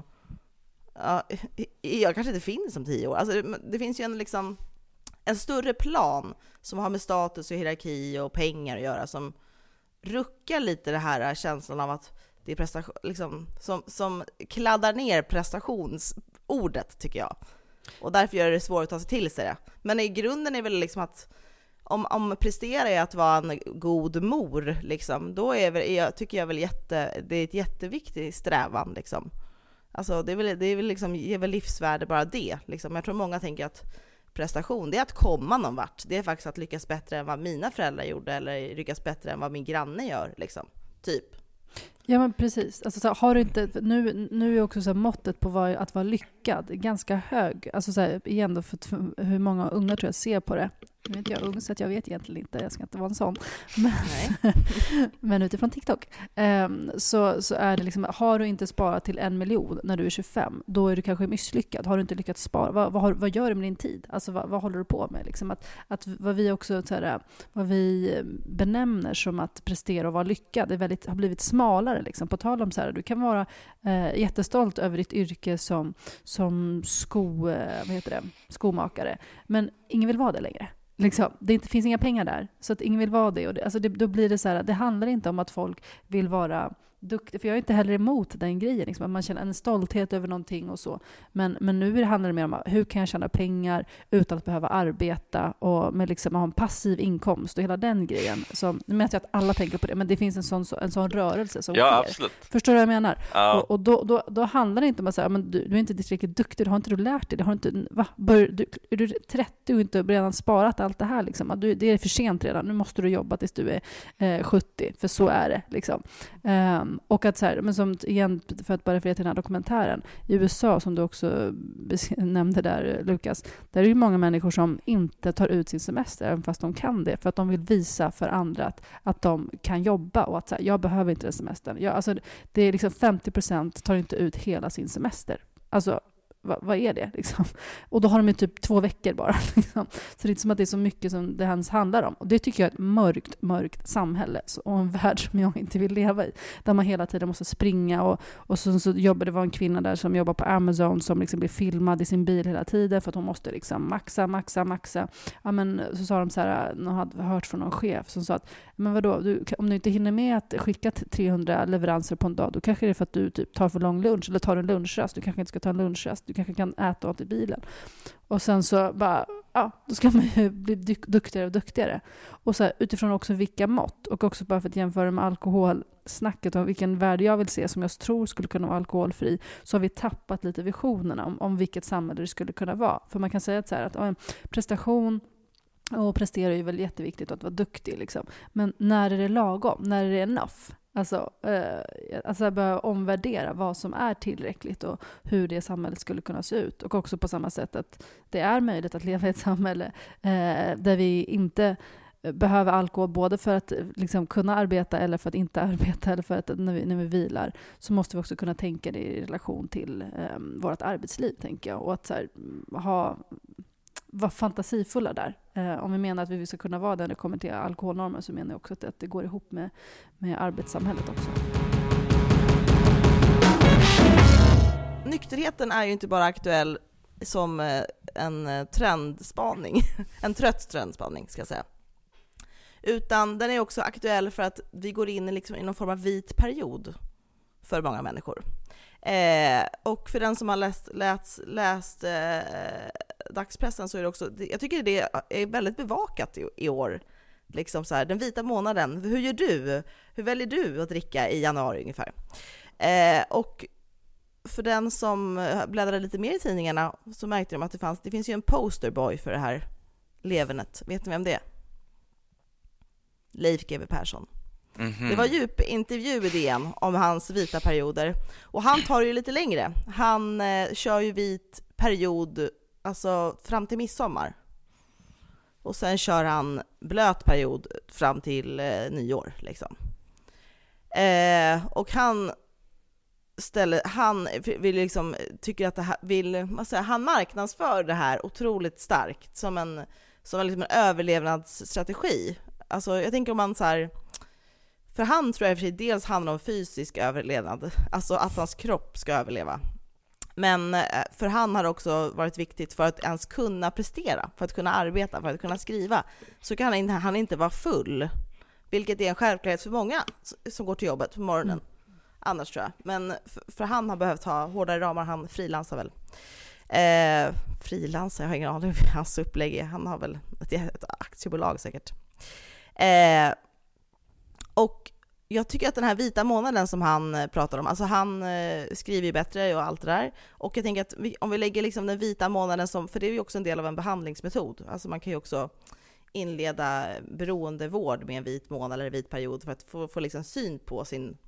jag kanske inte finns om 10 år. Alltså det finns ju en större plan som har med status och hierarki och pengar att göra, som ruckar lite det här känslan av att det är prestation, liksom, som kladdar ner prestationsordet, tycker jag. Och därför gör det svårt att ta sig till sig det. Men i grunden är väl liksom att om prestera är att vara en god mor, liksom, då tycker jag väl det är ett jätteviktig strävan, liksom. Alltså det är väl liksom, ger väl livsvärde bara det, liksom. Jag tror många tänker att prestation, det är att komma någon vart. Det är faktiskt att lyckas bättre än vad mina föräldrar gjorde, eller lyckas bättre än vad min granne gör, liksom. Typ.
Ja men precis. Alltså, så har du inte, nu är också så här, måttet på att vara lyckad ganska hög. Alltså så här, igen då, för hur många unga tror jag ser på det. Nu är inte jag ung så att jag vet egentligen inte, jag ska inte vara en sån. Men utifrån TikTok så är det liksom, har du inte sparat till 1 miljon när du är 25, då är du kanske misslyckad. Har du inte lyckats spara, vad gör du med din tid? Alltså vad håller du på med? Liksom att vad vi också så här, vad vi benämner som att prestera och vara lyckad har blivit smalare, liksom. På tal om så här, du kan vara jättestolt över ditt yrke som skomakare, men ingen vill vara det längre. Liksom, finns inga pengar där, så att ingen vill vara det. Och då blir det så här, det handlar inte om att folk vill vara duktiga, för jag är inte heller emot den grejen, liksom, att man känner en stolthet över någonting och så. Men nu handlar det mer om hur kan jag tjäna pengar utan att behöva arbeta, och med liksom ha en passiv inkomst och hela den grejen. Nu menar jag att alla tänker på det, men det finns en sån rörelse som sker.
Absolut.
Förstår du vad jag menar?
Ja.
Och då handlar det inte om att säga, men du är inte tillräckligt duktig, har inte du lärt dig, är du 30 och inte redan sparat allt det här, liksom. Det är för sent redan, nu måste du jobba tills du är 70, för så är det, liksom. Och att så här, men som igen, för att bara referera till den här dokumentären, i USA som du också nämnde där, Lukas, där är det ju många människor som inte tar ut sin semester även fast de kan det, för att de vill visa för andra att de kan jobba, och att så här, jag behöver inte den semestern. Alltså, det är liksom 50% tar inte ut hela sin semester. Alltså vad är det, liksom? Och då har de ju typ 2 veckor bara, liksom. Så det är inte som att det är så mycket som det ens handlar om. Och det tycker jag är ett mörkt samhälle och en värld som jag inte vill leva i, där man hela tiden måste springa, och så jobbade, det var en kvinna där som jobbar på Amazon som liksom blir filmad i sin bil hela tiden för att hon måste liksom maxa. Ja, men så sa de så här, de hade hört från någon chef som sa att, men vadå, om du inte hinner med att skicka 300 leveranser på en dag, då kanske det är för att du typ tar för lång lunch, eller tar en lunchrast. Du kanske inte ska ta en lunchrast, du kanske kan äta åt i bilen. Och sen så bara, ja, då ska man ju bli duktigare och duktigare. Och så här, utifrån också vilka mått, och också bara för att jämföra med alkoholsnacket och vilken värld jag vill se som jag tror skulle kunna vara alkoholfri, så har vi tappat lite visionerna om vilket samhälle det skulle kunna vara. För man kan säga att, så här, att prestation och prestera är ju väl jätteviktigt, att vara duktig, liksom. Men när är det lagom? När är det enough? Alltså börja omvärdera vad som är tillräckligt och hur det samhället skulle kunna se ut. Och också på samma sätt att det är möjligt att leva i ett samhälle där vi inte behöver alkohol både för att liksom kunna arbeta eller för att inte arbeta, eller för att när vi vilar, så måste vi också kunna tänka det i relation till vårt arbetsliv, tänker jag. Och att så här, vara fantasifulla där. Om vi menar att vi ska kunna vara där när det kommer till alkoholnormer, så menar jag också att det går ihop med arbetssamhället också.
Nykterheten är ju inte bara aktuell som en trendspaning, en trött trendspaning ska jag säga. Utan den är också aktuell för att vi går in i någon form av vit period för många människor. Och för den som har läst dagspressen så är det också, jag tycker det är väldigt bevakat i år. Liksom så här, den vita månaden, hur gör du? Hur väljer du att dricka i januari ungefär? Och för den som bläddrade lite mer i tidningarna så märkte de att det finns ju en posterboy för det här levernet. Vet ni vem det är? Leif GW Persson. Det var djup intervju i DN om hans vita perioder. Och han tar ju lite längre. Han kör ju vit period alltså fram till midsommar. Och sen kör han blöt period fram till nyår liksom. Och han vill liksom, tycker att det här han marknadsför det här otroligt starkt som en liksom en överlevnadsstrategi. Alltså jag tänker om man så här, för han tror jag för sig dels handlar om fysisk överlevnad, alltså att hans kropp ska överleva. Men för han har det också varit viktigt för att ens kunna prestera, för att kunna arbeta, för att kunna skriva, så kan han inte vara full. Vilket är en självklarhet för många som går till jobbet på morgonen. Annars tror jag. Men för han har behövt ha hårdare ramar, han frilansar väl. Frilansar, jag har ingen aning om hans upplägg. Han har väl ett aktiebolag säkert. Och jag tycker att den här vita månaden som han pratar om, alltså han skriver ju bättre och allt det där. Och jag tänker att om vi lägger liksom den vita månaden som, för det är ju också en del av en behandlingsmetod. Alltså man kan ju också inleda beroendevård med en vit månad eller en vit period för att få liksom syn på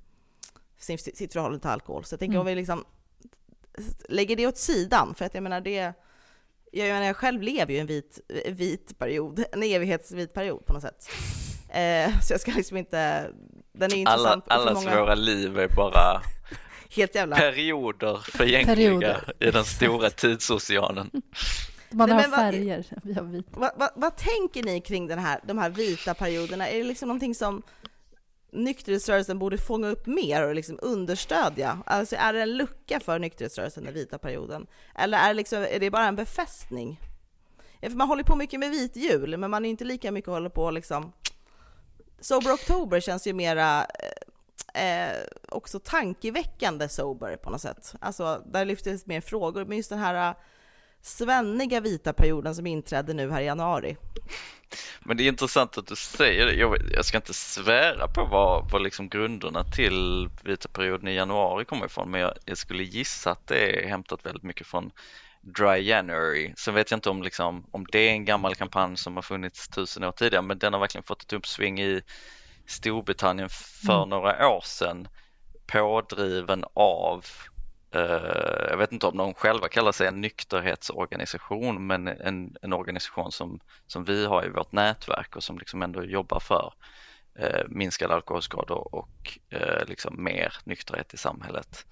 sitt förhållande till alkohol. Så jag tänker om vi liksom lägger det åt sidan, för att jag menar jag själv lever ju en vit period, en evighetsvit period på något sätt. Så jag ska liksom inte, den är intressant
allas många. Våra liv är bara
helt jävla
perioder förgängliga i den stora tidsoceanen.
Man har färger.
Vad tänker ni kring de här vita perioderna? Är det liksom någonting som nykterhetsrörelsen borde fånga upp mer och liksom understödja? Alltså är det en lucka för nykterhetsrörelsen den vita perioden? Eller är det bara en befästning? För man håller på mycket med vit jul, men man är inte lika mycket håller på liksom. Sober Oktober känns ju mera också tankeväckande sober på något sätt. Alltså där lyftes mer frågor, men just den här svenniga vita perioden som inträdde nu här i januari.
Men det är intressant att du säger det. Jag ska inte svära på vad liksom grunderna till vita perioden i januari kommer ifrån, men jag skulle gissa att det är hämtat väldigt mycket från Dry January. Så vet jag inte om det är en gammal kampanj som har funnits 1000 år tidigare, men den har verkligen fått ett uppsving i Storbritannien för några år sedan, pådriven av jag vet inte om de själva kallar sig en nykterhetsorganisation, men en organisation som vi har i vårt nätverk och som liksom ändå jobbar för minskade alkoholskador och liksom mer nykterhet i samhället.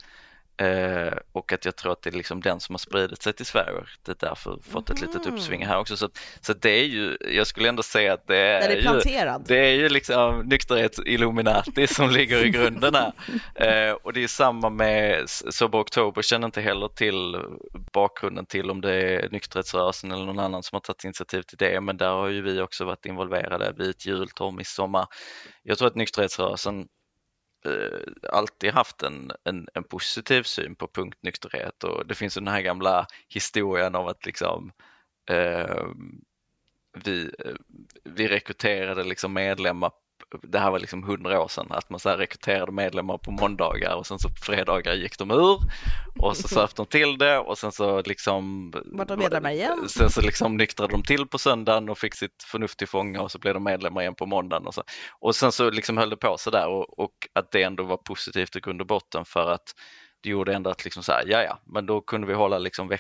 Och att jag tror att det är liksom den som har spridit sig till Sverige. Det är därför fått ett litet uppsving här också. Så det är ju, jag skulle ändå säga att det är ju liksom nykterhets-illuminati som ligger i grunden här. Och det är samma med Sober Oktober, känner inte heller till bakgrunden till om det är nykterhetsrörelsen eller någon annan som har tagit initiativ till det. Men där har ju vi också varit involverade, vit jul, torr midsommar. Jag tror att nykterhetsrörelsen alltid haft en positiv syn på punktnykterhet, och det finns den här gamla historien av att liksom vi rekryterade liksom medlemmar det här var liksom 100 år sedan, att man så här rekryterade medlemmar på måndagar och sen så på fredagar gick de ur och så söp de till det och sen så liksom
var de medlemmar igen?
Sen så liksom nyktrade de till på söndagen och fick sitt förnuft till fånga och så blev de medlemmar igen på måndagen och sen så liksom höll det på så där och att det ändå var positivt i grund och botten, för att det gjorde ändå att liksom så här, men då kunde vi hålla liksom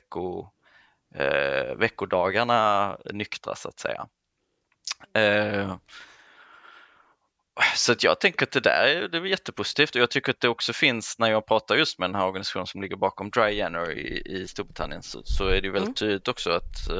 veckodagarna nyktra så att säga. Så att jag tänker att det är jättepositivt, och jag tycker att det också finns, när jag pratar just med den här organisationen som ligger bakom Dry January i Storbritannien, så är det ju väldigt tydligt också att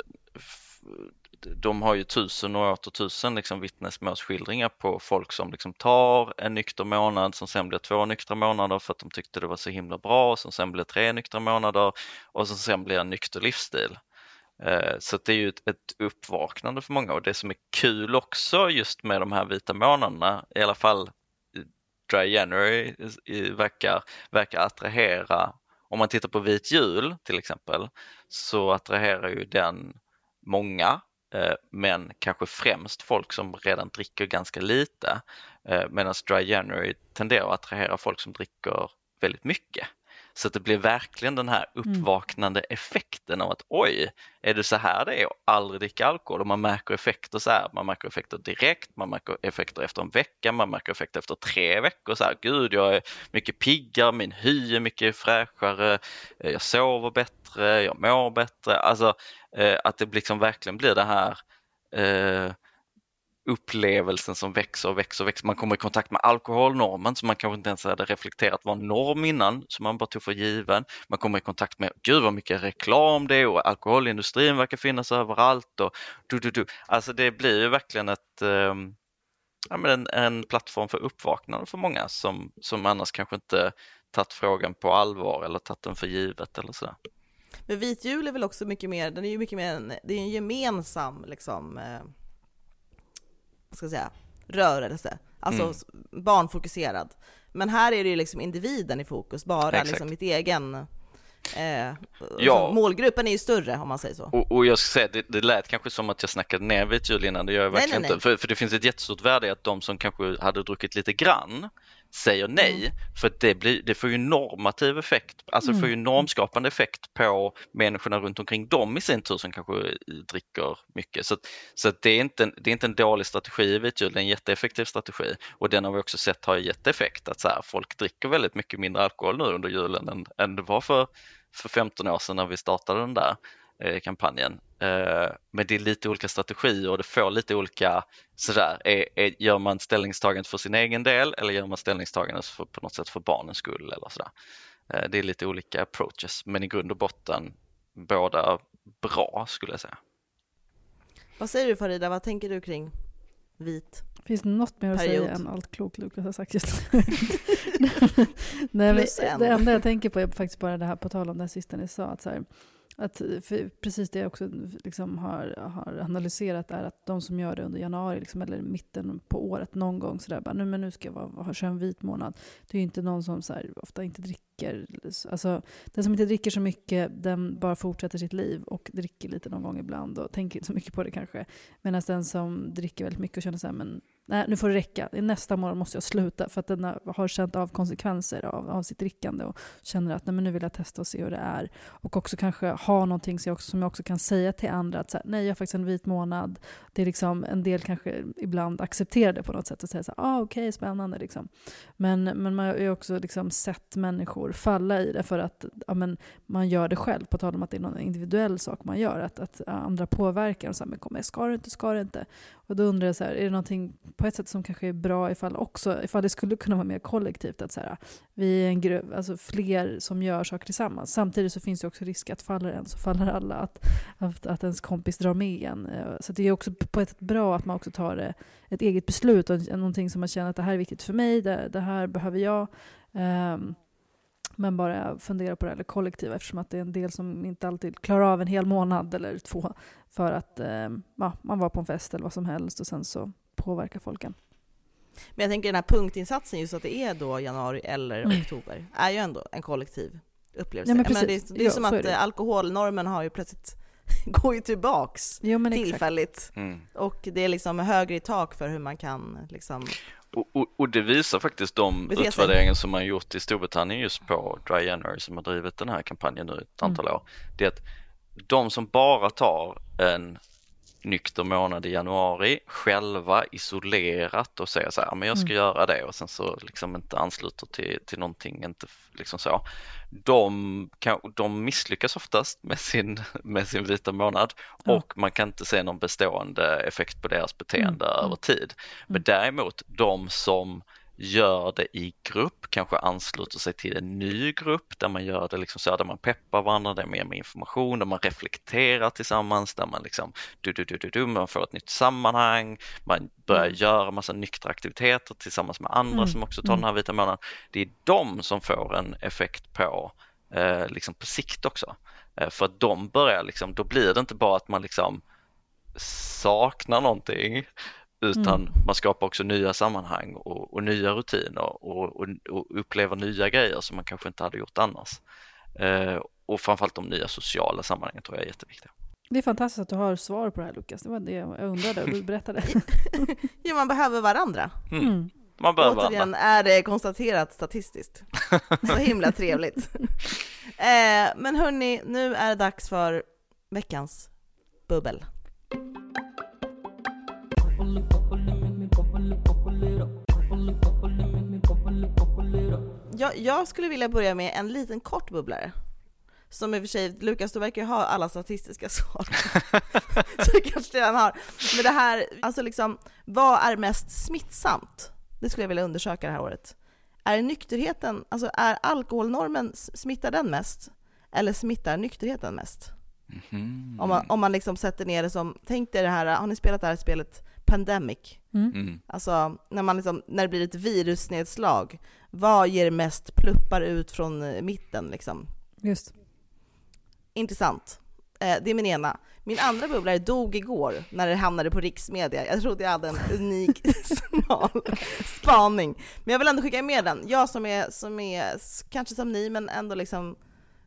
de har ju 1000 och åter 1000 liksom vittnesmålsskildringar på folk som liksom tar en nykter månad som sen blir 2 nyktra månader för att de tyckte det var så himla bra, och som sen blir 3 nyktra månader och som sen blir en nykter livsstil. Så det är ju ett uppvaknande för många, och det som är kul också just med de här vita månaderna, i alla fall Dry January verkar attrahera, om man tittar på vit jul till exempel, så attraherar ju den många, men kanske främst folk som redan dricker ganska lite, medan Dry January tenderar att attrahera folk som dricker väldigt mycket. Så att det blir verkligen den här uppvaknande effekten av att oj, är det så här det är att aldrig dricka alkohol? Och man märker effekter så här, man märker effekter direkt, man märker effekter efter en vecka, man märker effekter efter 3 veckor. Så här, gud, jag är mycket piggare, min hy är mycket fräschare, jag sover bättre, jag mår bättre. Alltså att det liksom verkligen blir det här upplevelsen som växer och växer och växer. Man kommer i kontakt med alkoholnormen som man kanske inte ens hade reflekterat var norm innan, som man bara tog för given. Man kommer i kontakt med, gud vad mycket reklam det är, och alkoholindustrin verkar finnas överallt och Alltså det blir ju verkligen en plattform för uppvaknande för många som annars kanske inte tagit frågan på allvar eller tagit den för givet eller sådär.
Men vit jul är väl också mycket mer, den är ju mycket mer, det är en gemensam liksom ska säga, rörelse, alltså barnfokuserad. Men här är det ju liksom individen i fokus, bara liksom mitt egen målgruppen är ju större, om man säger så.
Och jag ska säga, det lät kanske som att jag snackade ner vit jul innan, det gör jag verkligen inte. För det finns ett jättestort värde i att de som kanske hade druckit lite grann säger nej, för att det får ju normativ effekt, alltså får ju normskapande effekt på människorna runt omkring dem i sin tur som kanske dricker mycket. Så att det är inte en dålig strategi i vit jul, det är en jätteeffektiv strategi, och den har vi också sett har jätteeffekt, att så här, folk dricker väldigt mycket mindre alkohol nu under julen än det var för 15 år sedan när vi startade den där kampanjen. Men det är lite olika strategier och det får lite olika sådär, gör man ställningstagandet för sin egen del eller gör man ställningstagandet på något sätt för barnens skull eller sådär. Det är lite olika approaches, men i grund och botten båda bra, skulle jag säga.
Vad säger du, Farida? Vad tänker du kring vit?
Finns det något mer att säga än allt klokt Lukas har sagt just nu? Nej, men det enda jag tänker på är faktiskt bara det här, på tal om det sista ni sa, att precis det jag också liksom har analyserat är att de som gör det under januari liksom, eller mitten på året någon gång sådär, bara, nu ska jag köra en vit månad. Det är ju inte någon som så här, ofta inte dricker, alltså den som inte dricker så mycket, den bara fortsätter sitt liv och dricker lite någon gång ibland och tänker inte så mycket på det kanske. Medan den som dricker väldigt mycket och känner så här, men nej, nu får det räcka. Nästa månad måste jag sluta, för att den har känt av konsekvenser av sitt drickande och känner att nej, men nu vill jag testa och se hur det är. Och också kanske ha någonting som jag också kan säga till andra att så här, nej, jag har faktiskt en vit månad. Det är liksom, en del kanske ibland accepterar det på något sätt och säger så här, okej, spännande liksom. Men man har ju också liksom sett människor falla i det för att man gör det själv, på tal om att det är någon individuell sak man gör, att andra påverkar och så här, men ska det inte. Och då undrar jag så här, är det någonting på ett sätt som kanske är bra ifall det skulle kunna vara mer kollektivt, att så här, vi är en grupp, alltså fler som gör saker tillsammans. Samtidigt så finns det också risk att faller en så faller alla, att ens kompis drar med en. Så det är också på ett sätt bra att man också tar ett eget beslut och någonting som man känner att det här är viktigt för mig, det här behöver jag. Men bara fundera på det här kollektiva, eftersom att det är en del som inte alltid klarar av en hel månad eller 2 för att man var på en fest eller vad som helst och sen så påverkar folken.
Men jag tänker den här punktinsatsen, just att det är då januari eller oktober, är ju ändå en kollektiv upplevelse.
Ja, men
det är som att alkoholnormen har ju plötsligt går ju tillbaks tillfälligt. Och det är liksom högre i tak för hur man kan liksom...
Och det visar faktiskt de utvärderingar som man gjort i Storbritannien just på Dry January, som har drivit den här kampanjen nu ett antal år. Det är att de som bara tar en nykter månad i januari själva isolerat och säger så här, men jag ska göra det, och sen så liksom inte ansluter till någonting, inte liksom så. De misslyckas oftast med sin vita månad, och man kan inte se någon bestående effekt på deras beteende över tid. Men däremot de som gör det i grupp, kanske ansluter sig till en ny grupp där man gör det liksom så, där man peppar varandra, där mer med information, där man reflekterar tillsammans, där man liksom man får ett nytt sammanhang, man börjar göra massa nyktra aktiviteter tillsammans med andra som också tar den här vita månaden. Det är de som får en effekt på liksom på sikt också. För att de börjar liksom, då blir det inte bara att man liksom saknar någonting, utan man skapar också nya sammanhang och nya rutiner och upplever nya grejer som man kanske inte hade gjort annars. Och framförallt de nya sociala sammanhangen tror jag är jätteviktiga.
Det är fantastiskt att du har svar på det här, Lukas. Det var det jag undrade och du berättade.
Ja, man behöver varandra.
Man behöver
återigen varandra. Är det konstaterat statistiskt. Så himla trevligt. Men hörni, nu är det dags för veckans bubbel. Jag skulle vilja börja med en liten kort bubblare. Som i och för sig, Lukas, du verkar ju ha alla statistiska svar. Så du kanske redan har. Men det här, alltså liksom, vad är mest smittsamt? Det skulle jag vilja undersöka det här året. Är nykterheten, alltså är alkoholnormen, smittar den mest? Eller smittar nykterheten mest? Om man liksom sätter ner det som, tänk dig det här, har ni spelat det här spelet Pandemic? Alltså när det blir ett virusnedslag, vad ger mest pluppar ut från mitten liksom?
Just.
Intressant. Det är min ena. Min andra bubblare dog igår när det hamnade på riksmedia. Jag trodde jag hade en unik smal spaning. Men jag vill ändå skicka med den. Jag som är kanske som ni, men ändå liksom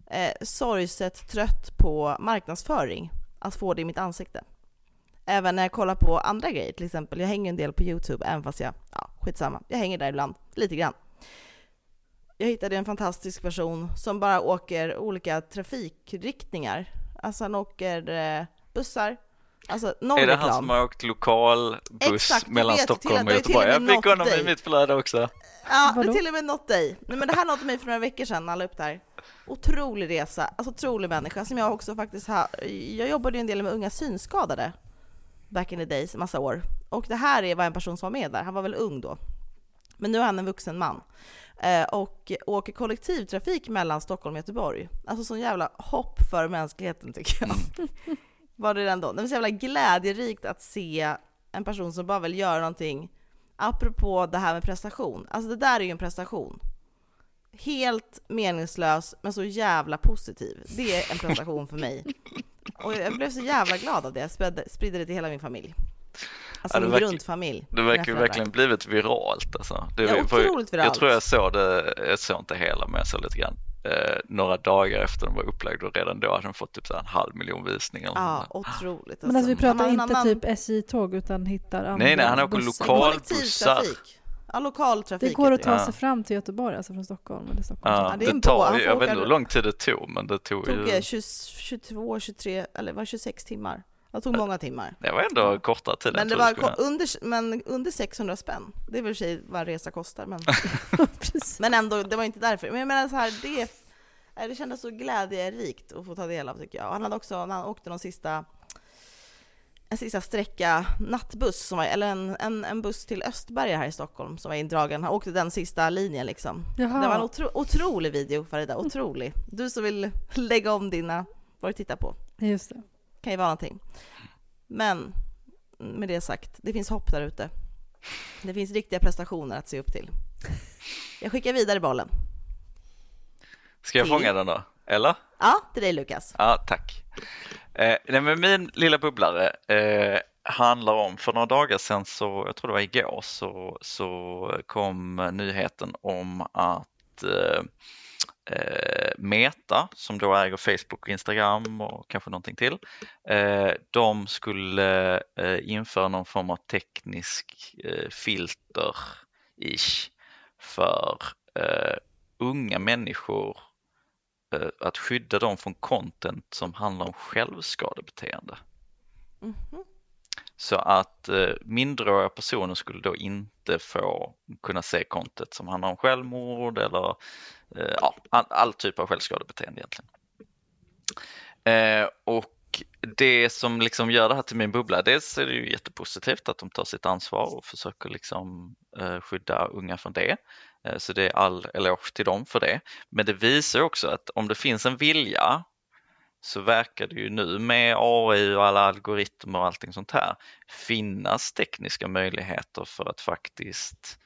sorgset trött på marknadsföring. Att få det i mitt ansikte. Även när jag kollar på andra grejer, till exempel. Jag hänger en del på YouTube, även fast skitsamma. Jag hänger där ibland, lite grann. Jag hittade en fantastisk person som bara åker olika trafikriktningar. Alltså han åker bussar. Alltså noll reklam.
Är det han som har åkt lokalbuss mellan Stockholm och Göteborg? Jag fick honom i mitt flöde också.
Ja, det är till och med nått dig. Nej, men det här nådde mig för några veckor sedan när jag la upp där. Otrolig resa, alltså otrolig människa som jag också faktiskt har. Jag jobbade ju en del med unga synskadade back in the days, massa år. Och det här var en person som var med där. Han var väl ung då. Men nu är han en vuxen man. Och åker kollektivtrafik mellan Stockholm och Göteborg. Alltså sån jävla hopp för mänskligheten tycker jag. Var det ändå. Det var så jävla glädjerikt att se en person som bara vill göra någonting. Apropå det här med prestation. Alltså det där är ju en prestation. Helt meningslös men så jävla positiv. Det är en prestation för mig. Och jag blev så jävla glad av det. Jag spridde det till hela min familj. Alltså min grundfamilj.
Det verkar verkligen blivit viralt alltså. Det
är otroligt viralt.
Jag tror jag såg inte hela, men jag såg lite grann. Några dagar efter den var upplagd, och redan då hade den fått typ 500 000 visningar.
Ja, otroligt. Alltså.
Men alltså vi pratar inte typ SJ-tåg utan hittar andra.
Nej, han åker lokalbussar.
Ja, lokaltrafik.
Det går att ta sig fram till Göteborg, alltså från Stockholm. Eller Stockholm.
Ja, det tar, jag vet inte hur lång tid det tog, men det tog ju
22, 23 eller var 26 timmar. Det tog många timmar.
Det var ändå kortare tid.
Men det var under 600 spänn. Det är väl sig vad en resa kostar, men men ändå, det var inte därför. Men jag menar så här, det kändes så glädjerikt att få ta del av, tycker jag. Han hade också, när han åkte en sista sträcka nattbuss som var, eller en buss till Östberga här i Stockholm som var indragen. Han åkte den sista linjen liksom. Jaha. Det var en otrolig video, Farida, otrolig. Du som vill lägga om dina, vad du tittar på.
Just det.
Kan ju vara någonting. Men med det sagt, det finns hopp där ute. Det finns riktiga prestationer att se upp till. Jag skickar vidare bollen.
Ska jag fånga den då? Eller?
Ja, till dig Lukas.
Ja, tack. Nej, men min lilla bubblare handlar om, för några dagar sedan, så jag tror det var igår, så kom nyheten om att Meta, som då äger Facebook och Instagram och kanske någonting till, de skulle införa någon form av teknisk filter-ish för unga människor, att skydda dem från content som handlar om självskadebeteende. Mm-hmm. Så att mindreåriga personer skulle då inte få kunna se content som handlar om självmord eller all typ av självskadebeteende egentligen. Och det som liksom gör det här till min bubbla, dels är det ju jättepositivt att de tar sitt ansvar och försöker liksom skydda unga från det. Så det är all eloge till dem för det. Men det visar också att om det finns en vilja, så verkar det ju nu med AI och alla algoritmer och allting sånt här finnas tekniska möjligheter för att faktiskt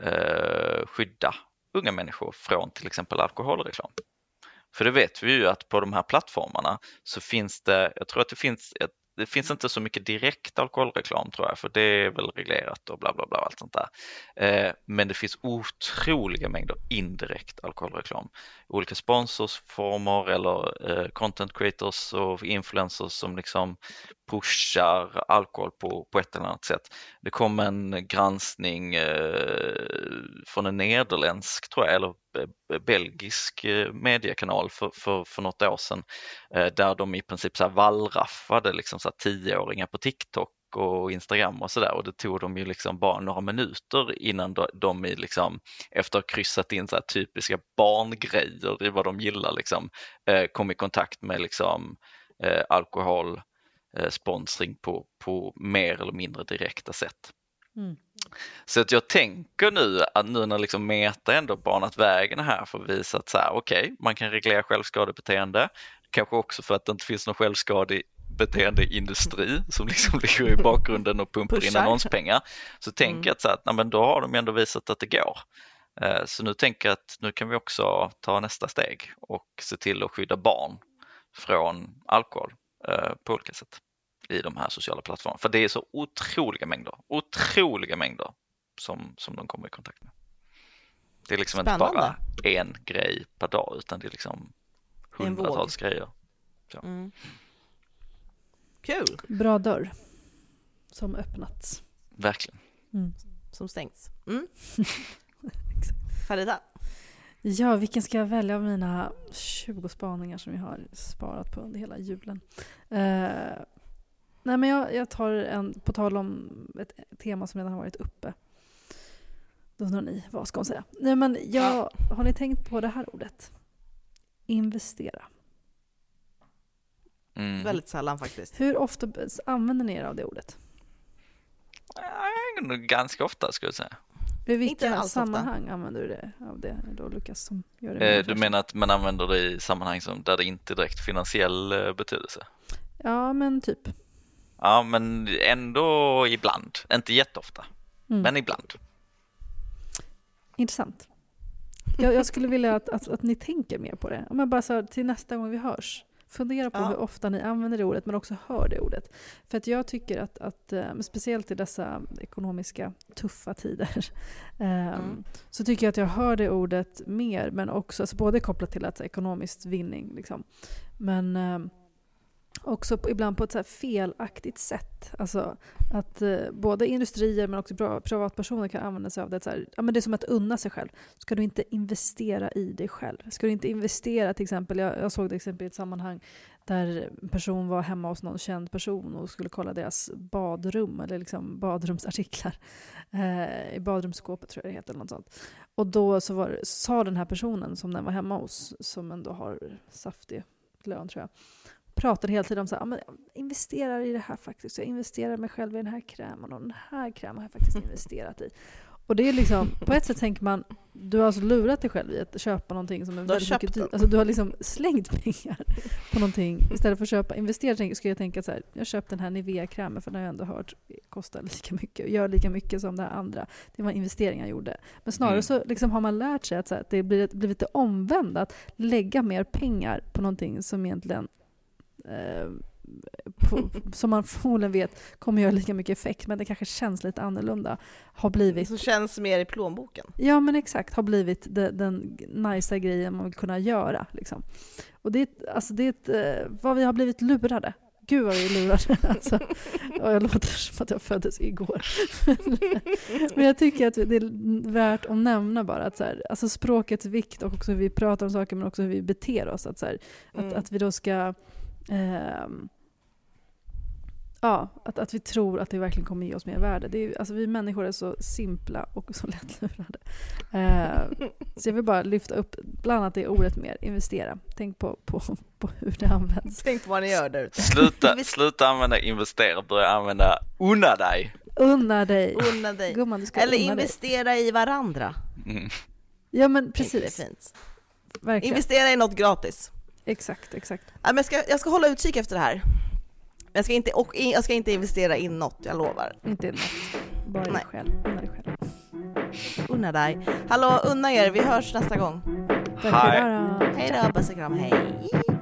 skydda unga människor från till exempel alkoholreklam. För det vet vi ju att på de här plattformarna så finns det, jag tror att det finns inte så mycket direkt alkoholreklam, tror jag, för det är väl reglerat och bla bla bla allt sånt där. Men det finns otroliga mängder indirekt alkoholreklam. Olika sponsorsformer eller content creators och influencers som liksom pushar alkohol på ett eller annat sätt. Det kom en granskning från en nederländsk, tror jag, eller belgisk mediekanal för något år sedan, där de i princip så här wallraffade liksom så här 10-åringar på TikTok och Instagram och sådär, och det tog de ju liksom bara några minuter innan de liksom, efter att ha kryssat in så här typiska barngrejer i vad de gillar liksom, kom i kontakt med liksom alkohol sponsring på mer eller mindre direkta sätt. Mm. Så att jag tänker nu att när liksom Meta ändå banat vägen här för att visa att så här, okej, man kan reglera självskadebeteende, kanske också för att det inte finns någon självskadebeteendeindustri som liksom ligger i bakgrunden och pumpar in annonspengar, så tänker jag att, så att men då har de ändå visat att det går. Så nu tänker jag att nu kan vi också ta nästa steg och se till att skydda barn från alkohol på olika sätt i de här sociala plattformarna. För det är så otroliga mängder som de kommer i kontakt med. Det är liksom inte bara en grej per dag, utan det är liksom hundratals grejer. Så. Mm.
Kul!
Bra dörr som öppnats.
Verkligen.
Mm. Som stängts. Mm. Farida?
Ja, vilken ska jag välja av mina 20 spaningar som jag har sparat på under hela julen? Nej, men jag tar en, på tal om ett tema som redan har varit uppe. Då undrar ni, vad ska hon säga? Nej, men har ni tänkt på det här ordet? Investera.
Mm. Väldigt sällan faktiskt.
Hur ofta använder ni er av det ordet?
Ganska ofta, skulle jag säga.
I vilka sammanhang ofta använder du det av det då, Lukas, som gör det?
Du menar att man använder det i sammanhang som där det inte är direkt finansiell betydelse?
Ja, men typ.
Ja, men ändå ibland. Inte jätteofta, men ibland.
Intressant. Jag skulle vilja att ni tänker mer på det. Om jag bara så till nästa gång vi hörs. Fundera på hur ofta ni använder det ordet, men också hör det ordet. För att jag tycker att speciellt i dessa ekonomiska tuffa tider, så tycker jag att jag hör det ordet mer, men också alltså både kopplat till att ekonomisk vinning liksom. Men också ibland på ett så här felaktigt sätt. Alltså att både industrier men också privatpersoner kan använda sig av det. Så här, ja, men det är som att unna sig själv. Ska du inte investera i dig själv? Ska du inte investera till exempel, jag såg det exempel i ett sammanhang där en person var hemma hos någon känd person och skulle kolla deras badrum eller liksom badrumsartiklar i badrumsskåpet, tror jag det heter, eller något sånt. Och då sa den här personen som den var hemma hos, som ändå har saftig lön, tror jag, pratade hela tiden om så här, men jag investerar i det här faktiskt. Jag investerar mig själv i den här krämen, och den här krämen har jag faktiskt investerat i. Och det är liksom, på ett sätt tänker man, du har alltså lurat dig själv i att köpa någonting som är väldigt mycket dyrt. Alltså du har liksom slängt pengar på någonting. Istället för att köpa, investera, ska jag tänka så här, jag köpte den här Nivea-krämen för den har jag ändå hört kostar lika mycket och gör lika mycket som det här andra. Det var investeringar jag gjorde. Men snarare så liksom har man lärt sig att, så här, att det blir lite omvänt att lägga mer pengar på någonting som egentligen som man förmodligen vet kommer göra lika mycket effekt, men det kanske känns lite annorlunda, har blivit...
Så känns mer i plånboken.
Ja, men exakt. Har blivit den nice grejen man vill kunna göra. Liksom. Och det är vad vi har blivit lurade. Gud vad vi är lurade. Alltså, jag låter som att jag föddes igår. Men jag tycker att det är värt att nämna bara att så här, alltså språkets vikt och också hur vi pratar om saker, men också hur vi beter oss. Att, så här, att vi då ska... att vi tror att det verkligen kommer ge oss mer värde. Det är, alltså, vi människor är så simpla och så lättlurade. Så jag vill bara lyfta upp bland annat det ordet mer. Investera. Tänk på hur det används.
Tänk på vad ni gör där ute.
Sluta använda investera. Börja använda unna dig.
Unna dig.
Gumman, eller investera i varandra.
Ja, men precis.
Det är fint.
Verkligen.
Investera i något gratis.
Exakt.
Ja, men jag ska hålla utkik efter det här. Jag ska inte investera in något, jag lovar.
Inte något. Bara dig själv. Unna dig själv.
Unna dig. Hallå, unna er. Vi hörs nästa gång.
Hej då.
Hej då, puss och kram. Hej.